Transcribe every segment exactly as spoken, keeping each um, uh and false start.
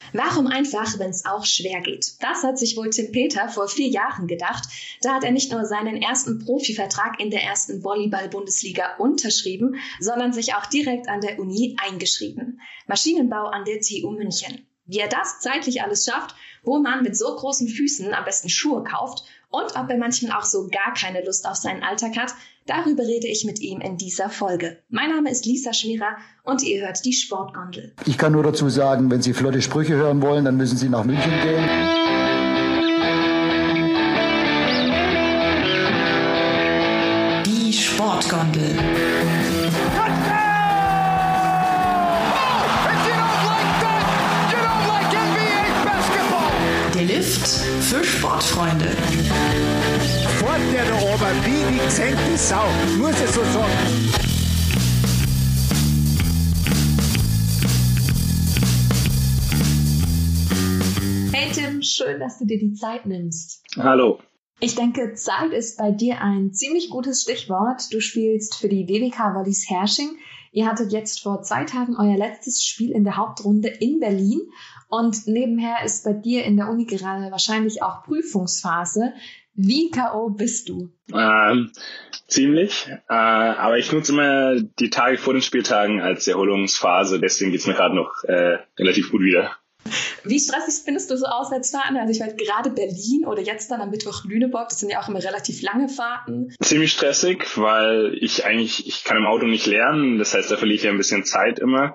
Warum einfach, wenn es auch schwer geht? Das hat sich wohl Tim Peter vor vier Jahren gedacht. Da hat er nicht nur seinen ersten Profivertrag in der ersten Volleyball-Bundesliga unterschrieben, sondern sich auch direkt an der Uni eingeschrieben. Maschinenbau an der T U München. Wie er das zeitlich alles schafft, wo man mit so großen Füßen am besten Schuhe kauft und ob er manchmal auch so gar keine Lust auf seinen Alltag hat, darüber rede ich mit ihm in dieser Folge. Mein Name ist Lisa Schmierer und ihr hört die Sportgondel. Ich kann nur dazu sagen, wenn Sie flotte Sprüche hören wollen, dann müssen Sie nach München gehen. Die Sportgondel. Der Lift für Sportfreunde. Fort der da oben, wie die gesenkte Sau, muss ich so sagen. Hey Tim, schön, dass du dir die Zeit nimmst. Hallo. Ich denke, Zeit ist bei dir ein ziemlich gutes Stichwort. Du spielst für die W W K Volleys Herrsching. Ihr hattet jetzt vor zwei Tagen euer letztes Spiel in der Hauptrunde in Berlin. Und nebenher ist bei dir in der Uni gerade wahrscheinlich auch Prüfungsphase. Wie K O bist du? Ähm, ziemlich. Äh, aber ich nutze immer die Tage vor den Spieltagen als Erholungsphase. Deswegen geht's mir gerade noch äh, relativ gut wieder. Wie stressig findest du so Auswärtsfahrten? Also ich meine, gerade Berlin oder jetzt dann am Mittwoch Lüneburg, das sind ja auch immer relativ lange Fahrten. Ziemlich stressig, weil ich eigentlich, ich kann im Auto nicht lernen. Das heißt, da verliere ich ja ein bisschen Zeit immer.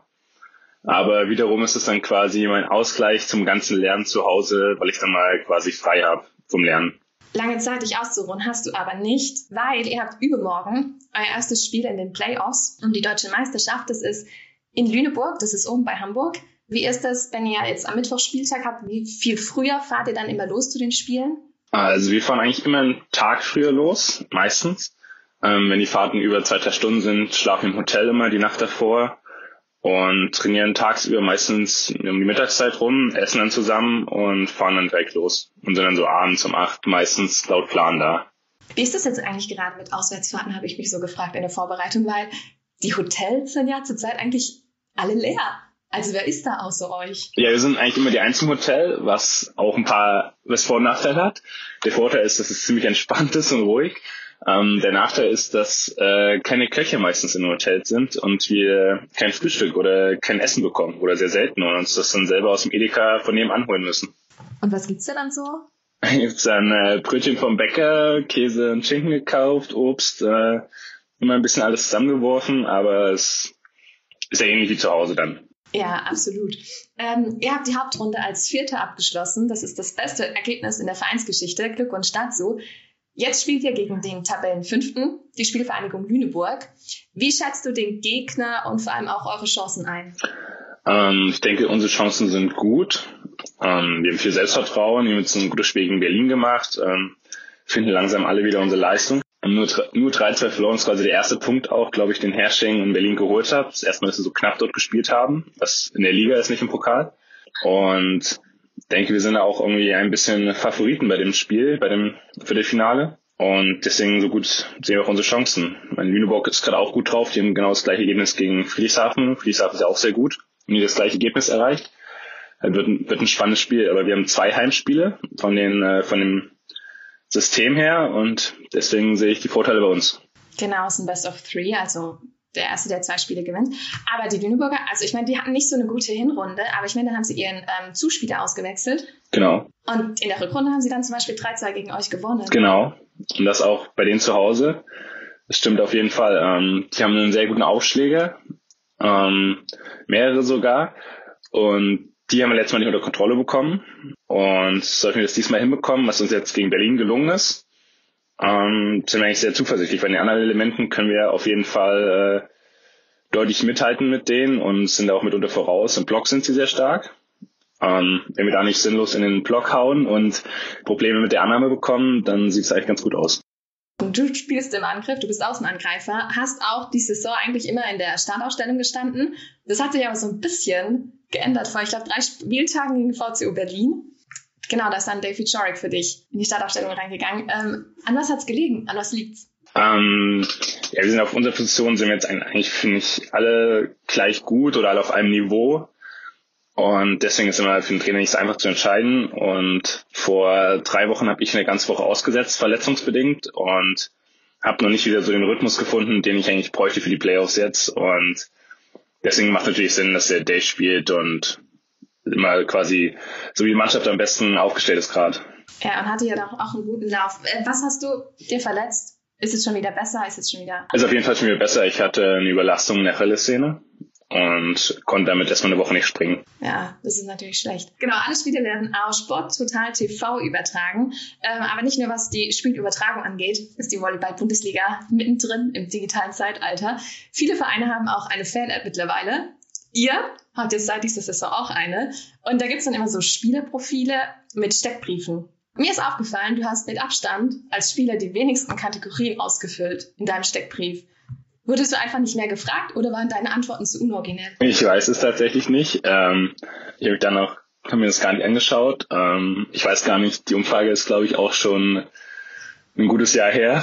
Aber wiederum ist es dann quasi mein Ausgleich zum ganzen Lernen zu Hause, weil ich dann mal quasi frei habe vom Lernen. Lange Zeit dich auszuruhen hast du aber nicht, weil ihr habt übermorgen euer erstes Spiel in den Playoffs um die deutsche Meisterschaft. Das ist in Lüneburg, das ist oben bei Hamburg. Wie ist das, wenn ihr jetzt am Mittwoch Spieltag habt? Wie viel früher fahrt ihr dann immer los zu den Spielen? Also wir fahren eigentlich immer einen Tag früher los, meistens. Ähm, wenn die Fahrten über zwei, drei Stunden sind, schlafen wir im Hotel immer die Nacht davor. Und trainieren tagsüber meistens um die Mittagszeit rum, essen dann zusammen und fahren dann direkt los. Und sind dann so abends um acht meistens laut Plan da. Wie ist das jetzt eigentlich gerade mit Auswärtsfahrten, habe ich mich so gefragt in der Vorbereitung, weil die Hotels sind ja zurzeit eigentlich alle leer. Also wer ist da außer euch? Ja, wir sind eigentlich immer die einzigen Hotel, was auch ein paar, was Vor- und Nachteile hat. Der Vorteil ist, dass es ziemlich entspannt ist und ruhig. Ähm, der Nachteil ist, dass äh, keine Köche meistens in den Hotels sind und wir kein Frühstück oder kein Essen bekommen oder sehr selten und uns das dann selber aus dem Edeka von nebenan holen müssen. Und was gibt's da dann so? Gibt's dann äh, Brötchen vom Bäcker, Käse und Schinken gekauft, Obst, äh, immer ein bisschen alles zusammengeworfen, aber es ist ja ähnlich wie zu Hause dann. Ja, absolut. Ähm, ihr habt die Hauptrunde als Vierter abgeschlossen. Das ist das beste Ergebnis in der Vereinsgeschichte. Glückwunsch dazu. Jetzt spielt ihr gegen den Tabellenfünften, die Spielvereinigung Lüneburg. Wie schätzt du den Gegner und vor allem auch eure Chancen ein? Ähm, ich denke, unsere Chancen sind gut. Ähm, wir haben viel Selbstvertrauen. Wir haben jetzt ein gutes Spiel gegen Berlin gemacht. Ähm, finden langsam alle wieder unsere Leistung. Nur, nur drei zwei verloren ist quasi der erste Punkt auch, glaube ich, den Herrsching in Berlin geholt habe. Das erste Mal, dass wir so knapp dort gespielt haben. Das in der Liga ist, nicht im Pokal. Und ich denke, wir sind da auch irgendwie ein bisschen Favoriten bei dem Spiel, bei dem Viertelfinale. Und deswegen so gut sehen wir auch unsere Chancen. Mein Lüneburg ist gerade auch gut drauf. Die haben genau das gleiche Ergebnis gegen Friedrichshafen. Friedrichshafen ist ja auch sehr gut. Und die das gleiche Ergebnis erreicht. Das wird ein, wird ein spannendes Spiel. Aber wir haben zwei Heimspiele von den, von dem System her. Und deswegen sehe ich die Vorteile bei uns. Genau, es ist ein Best of Three, also der erste, der zwei Spiele gewinnt. Aber die Lüneburger, also ich meine, die hatten nicht so eine gute Hinrunde, aber ich meine, dann haben sie ihren ähm, Zuspieler ausgewechselt. Genau. Und in der Rückrunde haben sie dann zum Beispiel drei zwei gegen euch gewonnen. Genau. Und das auch bei denen zu Hause. Das stimmt auf jeden Fall. Ähm, die haben einen sehr guten Aufschläger. Ähm, mehrere sogar. Und die haben wir letztes Mal nicht unter Kontrolle bekommen. Und sollten wir das diesmal hinbekommen, was uns jetzt gegen Berlin gelungen ist, Ähm, sind wir eigentlich sehr zuversichtlich. Bei den anderen Elementen können wir auf jeden Fall äh, deutlich mithalten mit denen und sind da auch mitunter voraus. Im Block sind sie sehr stark. Ähm, wenn wir da nicht sinnlos in den Block hauen und Probleme mit der Annahme bekommen, dann sieht es eigentlich ganz gut aus. Du spielst im Angriff, du bist Außenangreifer, hast auch die Saison eigentlich immer in der Startaufstellung gestanden. Das hat sich aber so ein bisschen geändert vor, ich glaube, drei Spieltagen gegen V C U Berlin. Genau, da ist dann David Schorick für dich in die Startaufstellung reingegangen. Ähm, an was hat's gelegen? An was liegt's? Ähm, ja, wir sind auf unserer Position, sind wir jetzt eigentlich, finde ich, alle gleich gut oder alle auf einem Niveau. Und deswegen ist immer für den Trainer nicht so einfach zu entscheiden. Und vor drei Wochen habe ich eine ganze Woche ausgesetzt, verletzungsbedingt, und habe noch nicht wieder so den Rhythmus gefunden, den ich eigentlich bräuchte für die Playoffs jetzt. Und deswegen macht natürlich Sinn, dass der Day spielt und immer quasi so wie die Mannschaft am besten aufgestellt ist gerade. Ja, und hatte ja doch auch einen guten Lauf. Was hast du dir verletzt? Ist es schon wieder besser? Ist es schon wieder? Ist auf jeden Fall schon wieder besser. Ich hatte eine Überlastung in der Achillessehne und konnte damit erstmal eine Woche nicht springen. Ja, das ist natürlich schlecht. Genau, alle Spiele werden auf Sport Total T V übertragen. Ähm, aber nicht nur was die Spielübertragung angeht, ist die Volleyball-Bundesliga mittendrin im digitalen Zeitalter. Viele Vereine haben auch eine Fan-App mittlerweile. Ihr habt jetzt seit dieser Saison auch eine. Und da gibt's dann immer so Spielerprofile mit Steckbriefen. Mir ist aufgefallen, du hast mit Abstand als Spieler die wenigsten Kategorien ausgefüllt in deinem Steckbrief. Wurdest du einfach nicht mehr gefragt oder waren deine Antworten zu unoriginell? Ich weiß es tatsächlich nicht. Ähm, ich habe dann auch, habe mir das gar nicht angeschaut. Ähm, ich weiß gar nicht, die Umfrage ist, glaube ich, auch schon ein gutes Jahr her.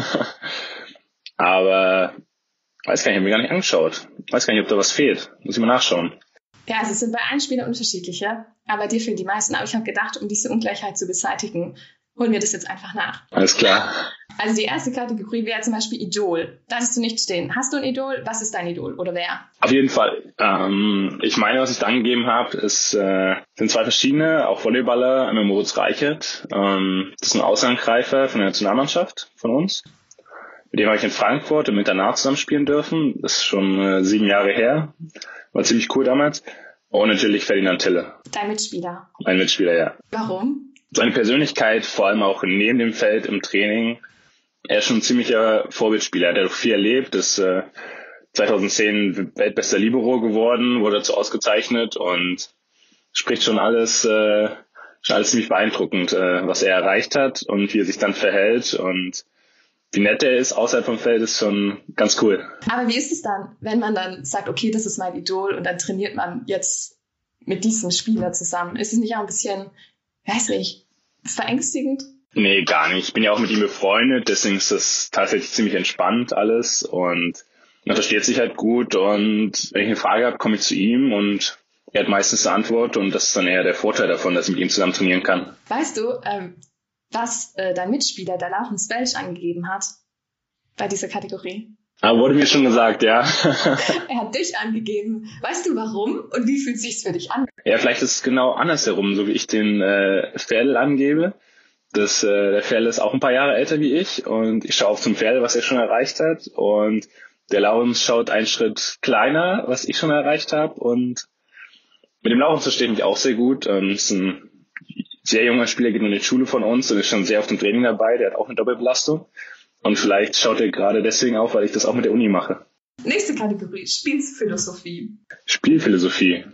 Aber weiß gar nicht, ich habe mir gar nicht angeschaut. Weiß gar nicht, ob da was fehlt. Muss ich mal nachschauen. Ja, also es sind bei allen Spielern unterschiedliche, aber dir fehlen die meisten. Aber ich habe gedacht, um diese Ungleichheit zu beseitigen, holen wir das jetzt einfach nach. Alles klar. Also die erste Kategorie wäre zum Beispiel Idol. Da hattest du nicht stehen. Hast du ein Idol? Was ist dein Idol oder wer? Auf jeden Fall. Ähm, ich meine, was ich da angegeben habe, ist, äh, sind zwei verschiedene, auch Volleyballer. Einmal Moritz Reichert. Ähm, das ist ein Außenangreifer von der Nationalmannschaft von uns. Mit dem habe ich in Frankfurt im Internat zusammen spielen dürfen. Das ist schon äh, sieben Jahre her. War ziemlich cool damals. Und natürlich Ferdinand Tille. Dein Mitspieler. Mein Mitspieler, ja. Warum? Seine Persönlichkeit, vor allem auch neben dem Feld im Training. Er ist schon ein ziemlicher Vorbildspieler. Er hat auch viel erlebt, ist äh, zweitausendzehn weltbester Libero geworden, wurde dazu ausgezeichnet und spricht schon alles, äh, schon alles ziemlich beeindruckend, äh, was er erreicht hat und wie er sich dann verhält und wie nett er ist außerhalb vom Feld, ist schon ganz cool. Aber wie ist es dann, wenn man dann sagt, okay, das ist mein Idol und dann trainiert man jetzt mit diesem Spieler zusammen? Ist es nicht auch ein bisschen, weiß nicht, verängstigend? Nee, gar nicht. Ich bin ja auch mit ihm befreundet, deswegen ist das tatsächlich ziemlich entspannt alles und man versteht sich halt gut und wenn ich eine Frage habe, komme ich zu ihm und er hat meistens eine Antwort und das ist dann eher der Vorteil davon, dass ich mit ihm zusammen trainieren kann. Weißt du, ähm, was äh, dein Mitspieler, der Laurens Welsch, angegeben hat bei dieser Kategorie? Ah, wurde mir schon gesagt, ja. Er hat dich angegeben. Weißt du warum und wie fühlt sich's für dich an? Ja, vielleicht ist es genau andersherum, so wie ich den äh, Ferl angebe. Das, äh, der Ferl ist auch ein paar Jahre älter wie ich und ich schaue auf zum Ferl, was er schon erreicht hat und der Laurens schaut einen Schritt kleiner, was ich schon erreicht habe und mit dem Laurens verstehe ich mich auch sehr gut. Ähm, ist ein sehr junger Spieler, geht in die Schule von uns und ist schon sehr auf dem Training dabei, der hat auch eine Doppelbelastung und vielleicht schaut er gerade deswegen auf, weil ich das auch mit der Uni mache. Nächste Kategorie, Spielphilosophie. Spielphilosophie.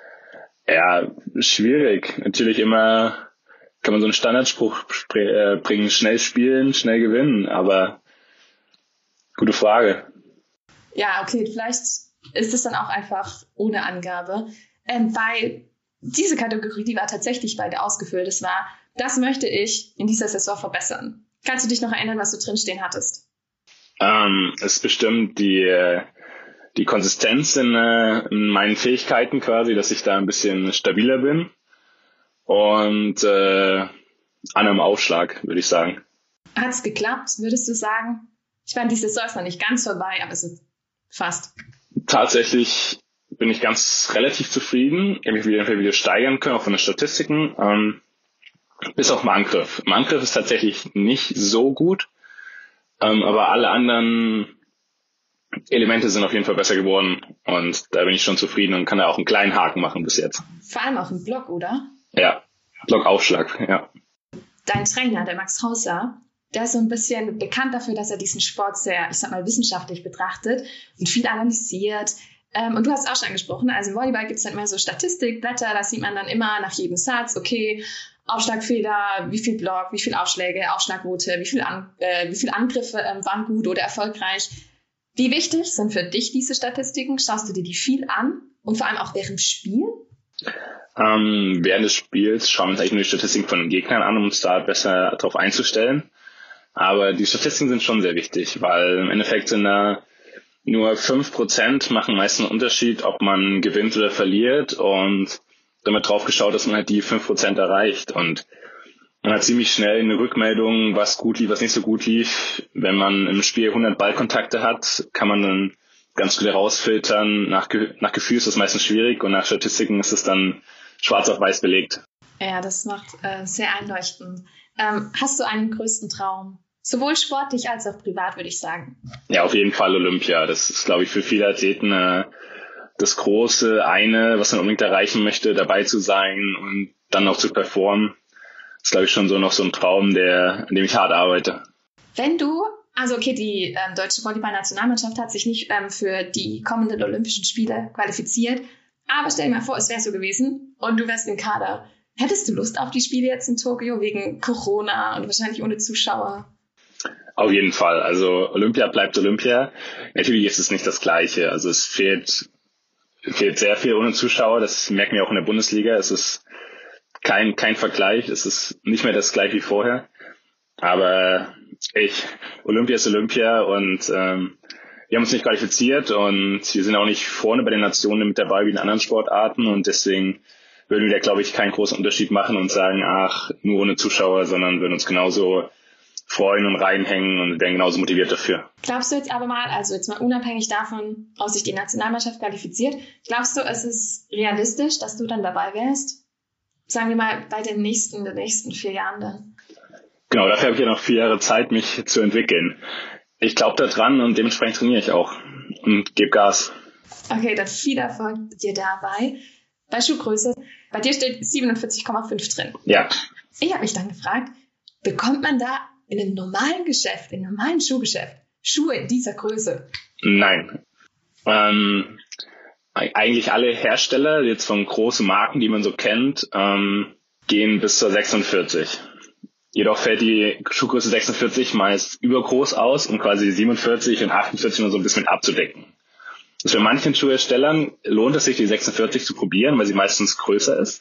Ja, schwierig. Natürlich immer kann man so einen Standardspruch spr- äh, bringen, schnell spielen, schnell gewinnen, aber gute Frage. Ja, okay, vielleicht ist es dann auch einfach ohne Angabe, ähm, weil diese Kategorie, die war tatsächlich bei dir ausgefüllt. Es war, das möchte ich in dieser Saison verbessern. Kannst du dich noch erinnern, was du drinstehen hattest? Ähm, es ist bestimmt die, die Konsistenz in, äh, in meinen Fähigkeiten quasi, dass ich da ein bisschen stabiler bin. Und äh, an einem Aufschlag, würde ich sagen. Hat es geklappt, würdest du sagen? Ich meine, die Saison ist noch nicht ganz vorbei, aber es ist fast. Tatsächlich bin ich ganz relativ zufrieden. Ich habe mich wieder, wieder steigern können, auch von den Statistiken. Ähm, bis auf im Angriff. Im Angriff ist tatsächlich nicht so gut, ähm, aber alle anderen Elemente sind auf jeden Fall besser geworden. Und da bin ich schon zufrieden und kann da auch einen kleinen Haken machen bis jetzt. Vor allem auch im Block, oder? Ja, Blockaufschlag, ja. Dein Trainer, der Max Hauser, der ist so ein bisschen bekannt dafür, dass er diesen Sport sehr, ich sag mal, wissenschaftlich betrachtet und viel analysiert. Ähm, und du hast auch schon angesprochen, also im Volleyball gibt es dann immer so Statistikblätter, da sieht man dann immer nach jedem Satz, okay, Aufschlagfehler, wie viel Block, wie viel Aufschläge, Aufschlagquote, wie viel, An- äh, wie viel Angriffe ähm, waren gut oder erfolgreich. Wie wichtig sind für dich diese Statistiken? Schaust du dir die viel an und vor allem auch während dem Spiel? Ähm, während des Spiels schauen wir uns eigentlich nur die Statistiken von den Gegnern an, um uns da besser darauf einzustellen. Aber die Statistiken sind schon sehr wichtig, weil im Endeffekt sind da nur fünf Prozent machen meist einen Unterschied, ob man gewinnt oder verliert. Und damit drauf geschaut, dass man halt die fünf Prozent erreicht. Und man hat ziemlich schnell eine Rückmeldung, was gut lief, was nicht so gut lief. Wenn man im Spiel hundert Ballkontakte hat, kann man dann ganz gut herausfiltern. Nach, Ge- nach Gefühl ist das meistens schwierig und nach Statistiken ist es dann schwarz auf weiß belegt. Ja, das macht äh, sehr einleuchtend. Ähm, hast du einen größten Traum? Sowohl sportlich als auch privat, würde ich sagen. Ja, auf jeden Fall Olympia. Das ist, glaube ich, für viele Athleten äh, das große eine, was man unbedingt erreichen möchte, dabei zu sein und dann auch zu performen. Das ist, glaube ich, schon so noch so ein Traum, der, an dem ich hart arbeite. Wenn du, also okay, die ähm, deutsche Volleyball-Nationalmannschaft hat sich nicht ähm, für die kommenden Olympischen Spiele qualifiziert, aber stell dir mal vor, es wäre so gewesen und du wärst im Kader. Hättest du Lust auf die Spiele jetzt in Tokio wegen Corona und wahrscheinlich ohne Zuschauer? Auf jeden Fall. Also Olympia bleibt Olympia. Natürlich ist es nicht das Gleiche. Also es fehlt, fehlt sehr viel ohne Zuschauer. Das merken wir auch in der Bundesliga. Es ist kein, kein Vergleich. Es ist nicht mehr das gleiche wie vorher. Aber ich, Olympia ist Olympia und ähm, wir haben uns nicht qualifiziert und wir sind auch nicht vorne bei den Nationen mit dabei wie in anderen Sportarten und deswegen würden wir da, glaube ich, keinen großen Unterschied machen und sagen, ach, nur ohne Zuschauer, sondern würden uns genauso freuen und reinhängen und wären genauso motiviert dafür. Glaubst du jetzt aber mal, also jetzt mal unabhängig davon, ob sich die Nationalmannschaft qualifiziert, glaubst du, es ist realistisch, dass du dann dabei wärst? Sagen wir mal bei den nächsten, den nächsten vier Jahren dann. Genau, dafür habe ich ja noch vier Jahre Zeit, mich zu entwickeln. Ich glaube da dran und dementsprechend trainiere ich auch und gebe Gas. Okay, dann viel Erfolg dir dabei. Bei Schuhgröße, bei dir steht siebenundvierzig Komma fünf drin. Ja. Ich habe mich dann gefragt, bekommt man da in einem normalen Geschäft, in einem normalen Schuhgeschäft, Schuhe in dieser Größe? Nein. Ähm, eigentlich alle Hersteller, jetzt von großen Marken, die man so kennt, ähm, gehen bis zur sechsundvierzig. Jedoch fällt die Schuhgröße sechsundvierzig meist übergroß aus, um quasi siebenundvierzig und achtundvierzig nur so ein bisschen mit abzudecken. Also für manchen Schuhherstellern lohnt es sich, die sechsundvierzig zu probieren, weil sie meistens größer ist.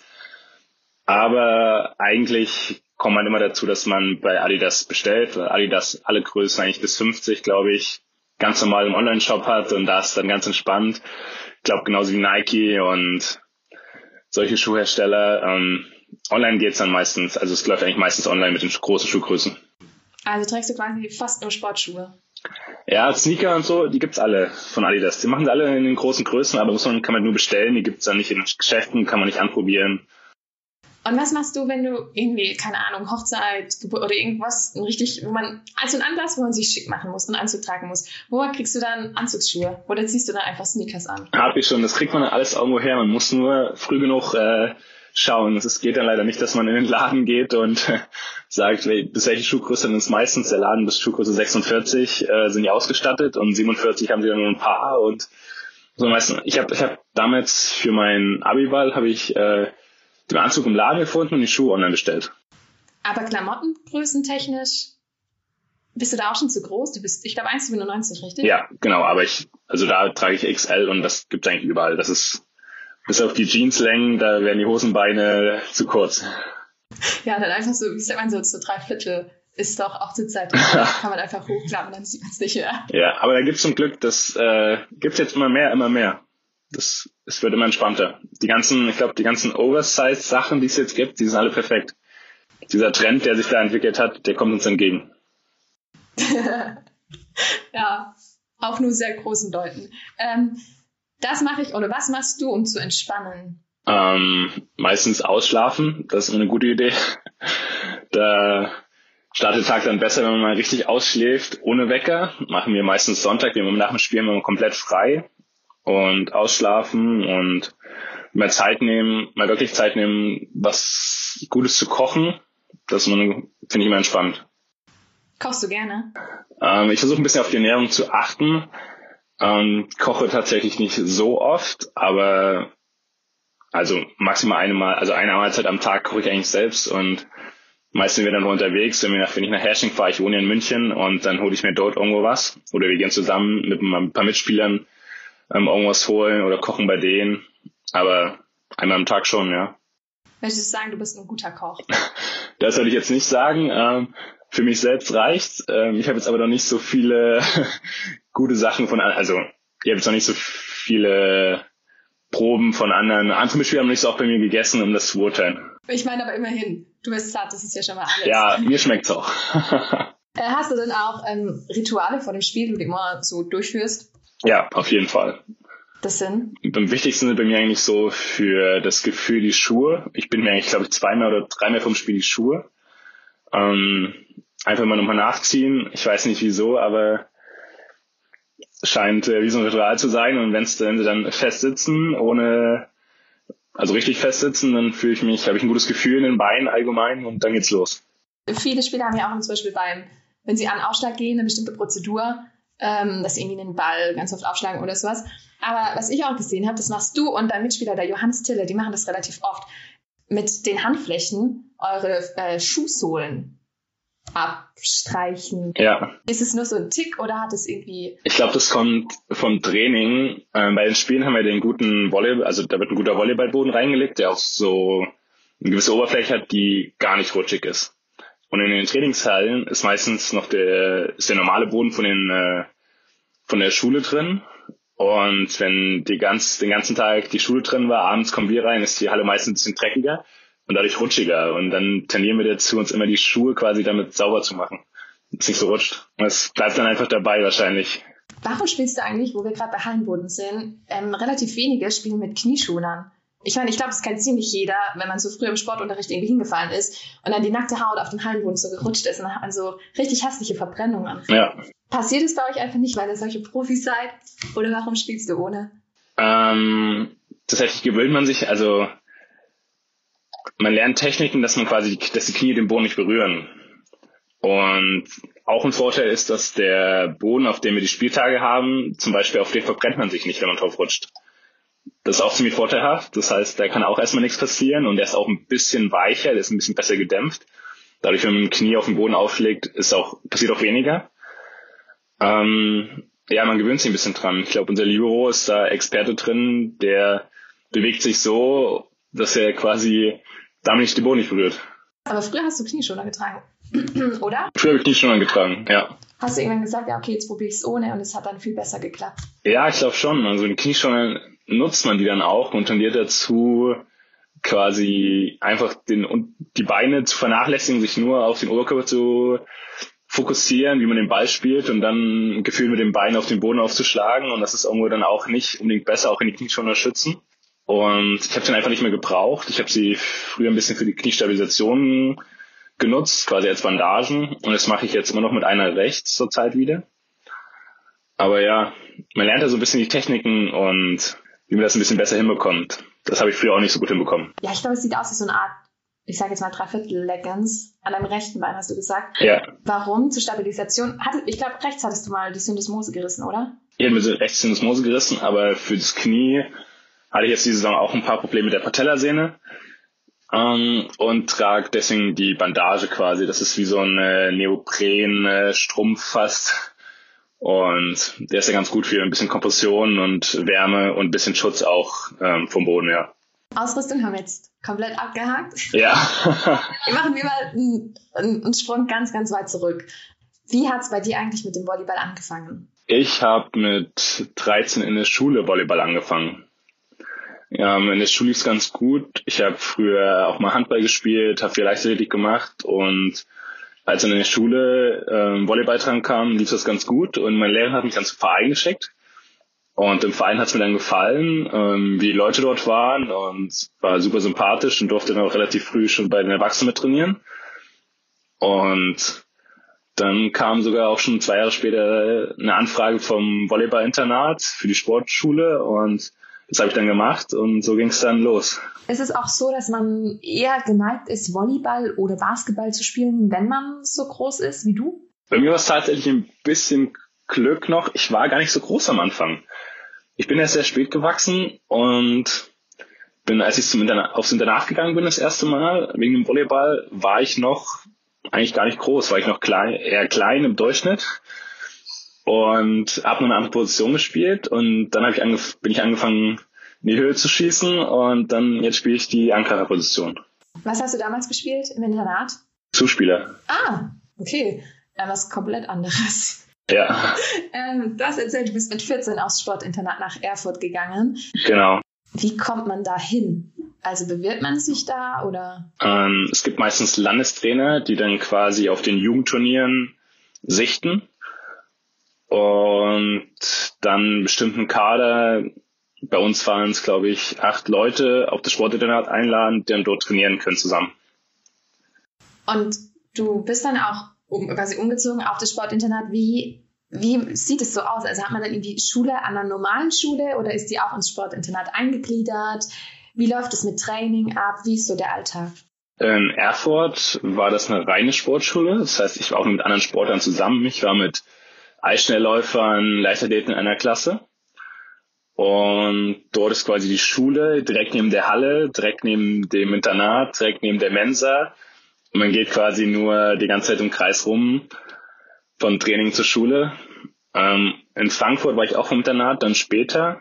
Aber eigentlich kommt man immer dazu, dass man bei Adidas bestellt, weil Adidas alle Größen eigentlich bis fünfzig, glaube ich, ganz normal im Online-Shop hat und da ist dann ganz entspannt. Ich glaube, genauso wie Nike und solche Schuhhersteller. Ähm, online geht's dann meistens, also es läuft eigentlich meistens online mit den großen Schuhgrößen. Also trägst du quasi fast nur Sportschuhe? Ja, Sneaker und so, die gibt's alle von Adidas. Die machen sie alle in den großen Größen, aber muss man, kann man nur bestellen. Die gibt's dann nicht in den Geschäften, kann man nicht anprobieren. Und was machst du, wenn du irgendwie, keine Ahnung, Hochzeit, Geburt oder irgendwas, ein richtig, wo man, also ein Anlass, wo man sich schick machen muss und Anzug tragen muss. Wo kriegst du dann Anzugsschuhe? Oder ziehst du dann einfach Sneakers an? Hab ich schon, das kriegt man dann alles irgendwo her. Man muss nur früh genug äh, schauen. Es geht dann leider nicht, dass man in den Laden geht und äh, sagt, bis welche Schuhgröße dann ist meistens. Der Laden bis Schuhgröße sechsundvierzig äh, sind die ausgestattet und siebenundvierzig haben sie dann nur ein paar. Und so meistens, ich habe ich hab damals für meinen Abiball habe ich äh, den Anzug im Laden gefunden und die Schuhe online bestellt. Aber Klamottengrößentechnisch bist du da auch schon zu groß? Du bist, ich glaube, eins Komma siebenundneunzig, richtig? Ja, genau, aber ich, also da trage ich X L und das gibt's eigentlich überall. Das ist, bis auf die Jeanslängen, da werden die Hosenbeine zu kurz. Ja, dann einfach so, wie sagt man so, so drei Viertel ist doch auch zur Zeit. Kann man einfach hochklappen, dann sieht man es nicht mehr. Ja, aber da gibt's zum Glück, das äh, gibt's jetzt immer mehr, immer mehr. Das, es wird immer entspannter. Die ganzen, ich glaube, die ganzen Oversize-Sachen, die es jetzt gibt, die sind alle perfekt. Dieser Trend, der sich da entwickelt hat, der kommt uns entgegen. Ja, auch nur sehr großen Leuten. Ähm, das mache ich, oder was machst du, um zu entspannen? Ähm, meistens ausschlafen, das ist immer eine gute Idee. Da startet der Tag dann besser, wenn man mal richtig ausschläft, ohne Wecker. Machen wir meistens Sonntag, wir haben nach dem Spiel immer komplett frei. Und ausschlafen und mal Zeit nehmen, mal wirklich Zeit nehmen, was Gutes zu kochen. Das finde ich immer entspannt. Kochst du gerne? Ähm, ich versuche ein bisschen auf die Ernährung zu achten. Ähm, koche tatsächlich nicht so oft, aber also maximal eine Mal, also eine Mahlzeit am Tag koche ich eigentlich selbst und meistens sind wir dann unterwegs. Wenn, wir nach, wenn ich nach Hersching fahre, ich wohne in München und dann hole ich mir dort irgendwo was. Oder wir gehen zusammen mit ein paar Mitspielern Ähm, irgendwas holen oder kochen bei denen. Aber einmal am Tag schon, ja. Möchtest du sagen, du bist ein guter Koch? Das soll ich jetzt nicht sagen. Ähm, für mich selbst reicht's. Ähm, ich habe jetzt aber noch nicht so viele gute Sachen von, also ich habe jetzt noch nicht so viele Proben von anderen. Andere Mitspieler haben nicht so oft bei mir gegessen, um das zu beurteilen. Ich meine aber immerhin, du bist satt, das ist ja schon mal alles. Ja, mir schmeckt's auch. Hast du denn auch ähm, Rituale vor dem Spiel, die du immer so durchführst? Ja, auf jeden Fall. Das sind? Am wichtigsten sind bei mir eigentlich so für das Gefühl die Schuhe. Ich bin mir eigentlich, glaube ich, zweimal oder dreimal vom Spiel die Schuhe. Ähm, einfach mal nochmal nachziehen. Ich weiß nicht wieso, aber scheint äh, wie so ein Ritual zu sein. Und wenn's, wenn sie dann fest sitzen, ohne, also richtig fest sitzen, dann fühle ich mich, habe ich ein gutes Gefühl in den Beinen allgemein und dann geht's los. Viele Spieler haben ja auch zum Beispiel beim, wenn sie an Aufschlag gehen, eine bestimmte Prozedur, ähm, dass sie irgendwie den Ball ganz oft aufschlagen oder sowas. Aber was ich auch gesehen habe, das machst du und dein Mitspieler, der Johannes Tille, die machen das relativ oft, mit den Handflächen eure äh, Schuhsohlen abstreichen. Ja. Ist es nur so ein Tick oder hat es irgendwie... Ich glaube, das kommt vom Training. Ähm, bei den Spielen haben wir den guten Volleyball, also da wird ein guter Volleyballboden reingelegt, der auch so eine gewisse Oberfläche hat, die gar nicht rutschig ist. Und in den Trainingshallen ist meistens noch der, ist der normale Boden von den, äh, von der Schule drin. Und wenn die ganz, den ganzen Tag die Schule drin war, abends kommen wir rein, ist die Halle meistens ein bisschen dreckiger und dadurch rutschiger. Und dann tendieren wir dazu, uns immer die Schuhe quasi damit sauber zu machen, dass es nicht so rutscht. Und es bleibt dann einfach dabei wahrscheinlich. Warum spielst du eigentlich, wo wir gerade bei Hallenboden sind, ähm, relativ wenige spielen mit Knieschuhen an? Ich meine, ich glaube, das kennt ziemlich jeder, wenn man so früher im Sportunterricht irgendwie hingefallen ist und dann die nackte Haut auf dem Hallenboden so gerutscht ist und dann hat man so richtig hässliche Verbrennungen an. Ja. Passiert es bei euch einfach nicht, weil ihr solche Profis seid? Oder warum spielst du ohne? Ähm, tatsächlich gewöhnt man sich, also man lernt Techniken, dass man quasi, dass die Knie den Boden nicht berühren. Und auch ein Vorteil ist, dass der Boden, auf dem wir die Spieltage haben, zum Beispiel auf den verbrennt man sich nicht, wenn man drauf rutscht. Das ist auch ziemlich vorteilhaft. Das heißt, da kann auch erstmal nichts passieren und der ist auch ein bisschen weicher, der ist ein bisschen besser gedämpft. Dadurch, wenn man mit dem Knie auf den Boden aufschlägt, ist auch, passiert auch weniger. Ähm, ja, man gewöhnt sich ein bisschen dran. Ich glaube, unser Libero ist da Experte drin, der bewegt sich so, dass er quasi damit nicht den Boden nicht berührt. Aber früher hast du Knieschoner getragen, oder? Früher habe ich Knieschoner getragen, ja. Hast du irgendwann gesagt, ja okay, jetzt probiere ich es ohne und es hat dann viel besser geklappt? Ja, ich glaube schon. Also in Knieschoner nutzt man die dann auch und tendiert dazu, quasi einfach den und die Beine zu vernachlässigen, sich nur auf den Oberkörper zu fokussieren, wie man den Ball spielt und dann ein Gefühl mit den Beinen auf den Boden aufzuschlagen und das ist irgendwo dann auch nicht unbedingt besser, auch in die Knieschoner schützen. Und ich habe sie einfach nicht mehr gebraucht. Ich habe sie früher ein bisschen für die Kniestabilisation genutzt, quasi als Bandagen und das mache ich jetzt immer noch mit einer rechts zur Zeit wieder. Aber ja, man lernt ja so ein bisschen die Techniken und wie man das ein bisschen besser hinbekommt. Das habe ich früher auch nicht so gut hinbekommen. Ja, ich glaube, es sieht aus wie so eine Art, ich sage jetzt mal Dreiviertel-Leggings an deinem rechten Bein, hast du gesagt. Ja. Warum? Zur Stabilisation? Hatte, ich glaube, rechts hattest du mal die Syndesmose gerissen, oder? Ich habe mir rechts Syndesmose gerissen, aber für das Knie hatte ich jetzt diese Saison auch ein paar Probleme mit der Patellasehne ähm, und trage deswegen die Bandage quasi. Das ist wie so ein äh, Neopren-Strumpf fast. Und der ist ja ganz gut für ein bisschen Kompression und Wärme und ein bisschen Schutz auch ähm, vom Boden, ja. Ausrüstung haben wir jetzt komplett abgehakt. Ja. Wir machen wir mal einen, einen Sprung ganz, ganz weit zurück. Wie hat es bei dir eigentlich mit dem Volleyball angefangen? Ich habe mit dreizehn in der Schule Volleyball angefangen. Ja, in der Schule lief es ganz gut. Ich habe früher auch mal Handball gespielt, habe viel Leichtathletik gemacht und als dann in der Schule ähm, Volleyball dran kam, lief das ganz gut und mein Lehrer hat mich dann zum Verein geschickt und im Verein hat es mir dann gefallen, ähm, wie die Leute dort waren und war super sympathisch und durfte dann auch relativ früh schon bei den Erwachsenen mit trainieren und dann kam sogar auch schon zwei Jahre später eine Anfrage vom Volleyball-Internat für die Sportschule und das habe ich dann gemacht und so ging es dann los. Ist es auch so, dass man eher geneigt ist, Volleyball oder Basketball zu spielen, wenn man so groß ist wie du? Bei mir war es tatsächlich ein bisschen Glück noch. Ich war gar nicht so groß am Anfang. Ich bin erst sehr spät gewachsen und bin, als ich zum Internat, aufs Internat gegangen bin das erste Mal, wegen dem Volleyball, war ich noch eigentlich gar nicht groß, war ich noch klein, eher klein im Durchschnitt. Und habe nur eine andere Position gespielt und dann hab ich angef- bin ich angefangen in die Höhe zu schießen und dann jetzt spiele ich die Angreiferposition. Was hast du damals gespielt im Internat? Zuspieler. Ah, okay. Ja, was komplett anderes. Ja. ähm, du hast erzählt, du bist mit vierzehn aufs Sportinternat nach Erfurt gegangen. Genau. Wie kommt man da hin? Also bewirbt man sich da oder? Ähm, es gibt meistens Landestrainer, die dann quasi auf den Jugendturnieren sichten und dann einen bestimmten Kader, bei uns waren es glaube ich acht Leute, auf das Sportinternat einladen, die dann dort trainieren können zusammen. Und du bist dann auch um, quasi umgezogen auf das Sportinternat. Wie, wie sieht es so aus? Also hat man dann irgendwie Schule an einer normalen Schule oder ist die auch ins Sportinternat eingegliedert? Wie läuft es mit Training ab? Wie ist so der Alltag? In Erfurt war das eine reine Sportschule. Das heißt, ich war auch mit anderen Sportlern zusammen. Ich war mit Eisschnellläufern, Leichtathleten in einer Klasse. Und dort ist quasi die Schule direkt neben der Halle, direkt neben dem Internat, direkt neben der Mensa. Und man geht quasi nur die ganze Zeit im Kreis rum, von Training zur Schule. Ähm, in Frankfurt war ich auch vom Internat, dann später.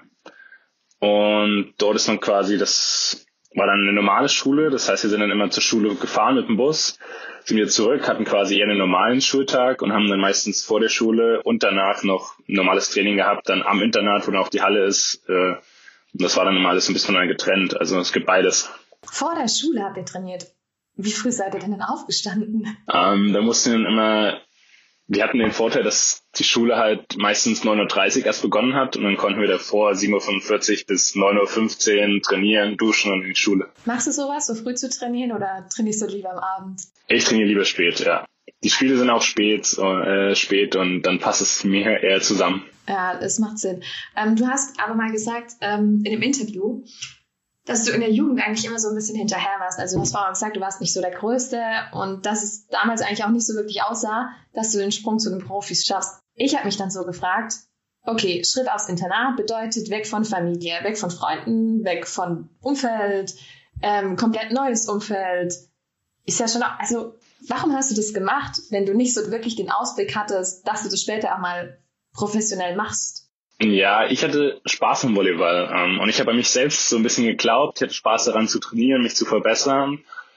Und dort ist man quasi, das war dann eine normale Schule. Das heißt, wir sind dann immer zur Schule gefahren mit dem Bus, sind wieder zurück, hatten quasi eher einen normalen Schultag und haben dann meistens vor der Schule und danach noch ein normales Training gehabt, dann am Internat, wo dann auch die Halle ist. Äh, und das war dann immer alles ein bisschen getrennt. Also es gibt beides. Vor der Schule habt ihr trainiert. Wie früh seid ihr denn dann aufgestanden? Ähm, da mussten wir dann immer, wir hatten den Vorteil, dass die Schule halt meistens neun Uhr dreißig erst begonnen hat und dann konnten wir davor sieben Uhr fünfundvierzig bis neun Uhr fünfzehn trainieren, duschen und in die Schule. Machst du sowas, so früh zu trainieren oder trainierst du lieber am Abend? Ich trainiere lieber spät, ja. Die Spiele sind auch spät, äh, spät und dann passt es mir eher zusammen. Ja, das macht Sinn. Ähm, du hast aber mal gesagt ähm, in einem Interview, dass du in der Jugend eigentlich immer so ein bisschen hinterher warst. Also du hast vorhin gesagt, du warst nicht so der Größte und dass es damals eigentlich auch nicht so wirklich aussah, dass du den Sprung zu den Profis schaffst. Ich habe mich dann so gefragt, okay, Schritt aufs Internat bedeutet weg von Familie, weg von Freunden, weg von Umfeld, ähm, komplett neues Umfeld. Ist ja schon auch, also warum hast du das gemacht, wenn du nicht so wirklich den Ausblick hattest, dass du das später auch mal professionell machst? Ja, ich hatte Spaß am Volleyball ähm, und ich habe an mich selbst so ein bisschen geglaubt. Ich hatte Spaß daran zu trainieren, mich zu verbessern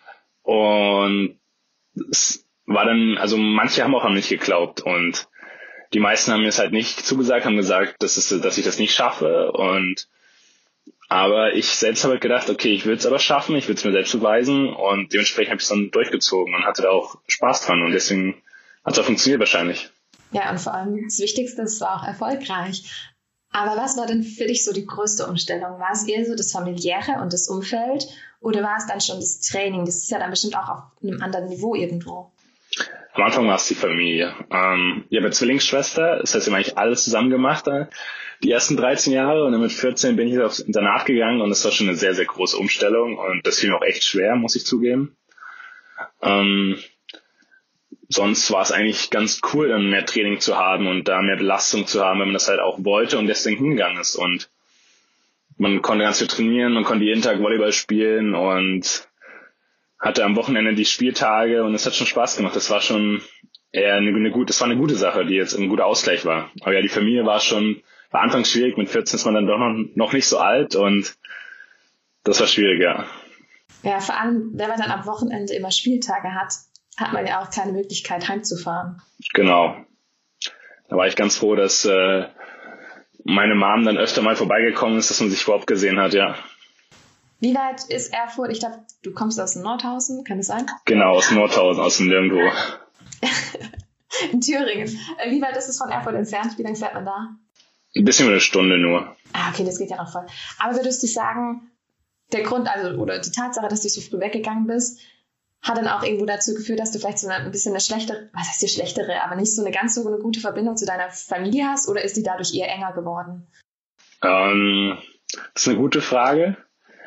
und es war dann, also manche haben auch an mich geglaubt und die meisten haben mir es halt nicht zugesagt, haben gesagt, dass, es, dass ich das nicht schaffe und aber ich selbst habe halt gedacht, okay, ich will es aber schaffen, ich will es mir selbst beweisen und dementsprechend habe ich es dann durchgezogen und hatte da auch Spaß dran und deswegen hat es auch funktioniert wahrscheinlich. Ja, und vor allem das Wichtigste, es war auch erfolgreich. Aber was war denn für dich so die größte Umstellung? War es eher so das Familiäre und das Umfeld oder war es dann schon das Training? Das ist ja dann bestimmt auch auf einem anderen Niveau irgendwo. Am Anfang war es die Familie. Ähm, ich habe eine Zwillingsschwester, das heißt, wir haben eigentlich alles zusammen gemacht, äh, die ersten dreizehn Jahre und dann mit vierzehn bin ich aufs Internat gegangen und das war schon eine sehr, sehr große Umstellung und das fiel mir auch echt schwer, muss ich zugeben. Ähm, Sonst war es eigentlich ganz cool, dann mehr Training zu haben und da mehr Belastung zu haben, wenn man das halt auch wollte und deswegen hingegangen ist. Und man konnte ganz viel trainieren, man konnte jeden Tag Volleyball spielen und hatte am Wochenende die Spieltage und es hat schon Spaß gemacht. Das war schon eher eine, eine gute, das war eine gute Sache, die jetzt ein guter Ausgleich war. Aber ja, die Familie war schon, war anfangs schwierig. Mit vierzehn ist man dann doch noch, noch nicht so alt und das war schwieriger. Ja, vor allem, wenn man dann am Wochenende immer Spieltage hat, hat man ja auch keine Möglichkeit, heimzufahren. Genau. Da war ich ganz froh, dass äh, meine Mom dann öfter mal vorbeigekommen ist, dass man sich überhaupt gesehen hat, ja. Wie weit ist Erfurt? Ich glaube, du kommst aus Nordhausen, kann das sein? Genau, aus Nordhausen, aus dem Nirgendwo. In Thüringen. Wie weit ist es von Erfurt entfernt? Wie lange fährt man da? Ein bisschen über eine Stunde nur. Ah, okay, das geht ja noch voll. Aber würdest du sagen, der Grund, also oder die Tatsache, dass du so früh weggegangen bist, hat dann auch irgendwo dazu geführt, dass du vielleicht so eine, ein bisschen eine schlechtere, was heißt hier schlechtere, aber nicht so eine ganz so eine gute Verbindung zu deiner Familie hast oder ist die dadurch eher enger geworden? Ähm, das ist eine gute Frage.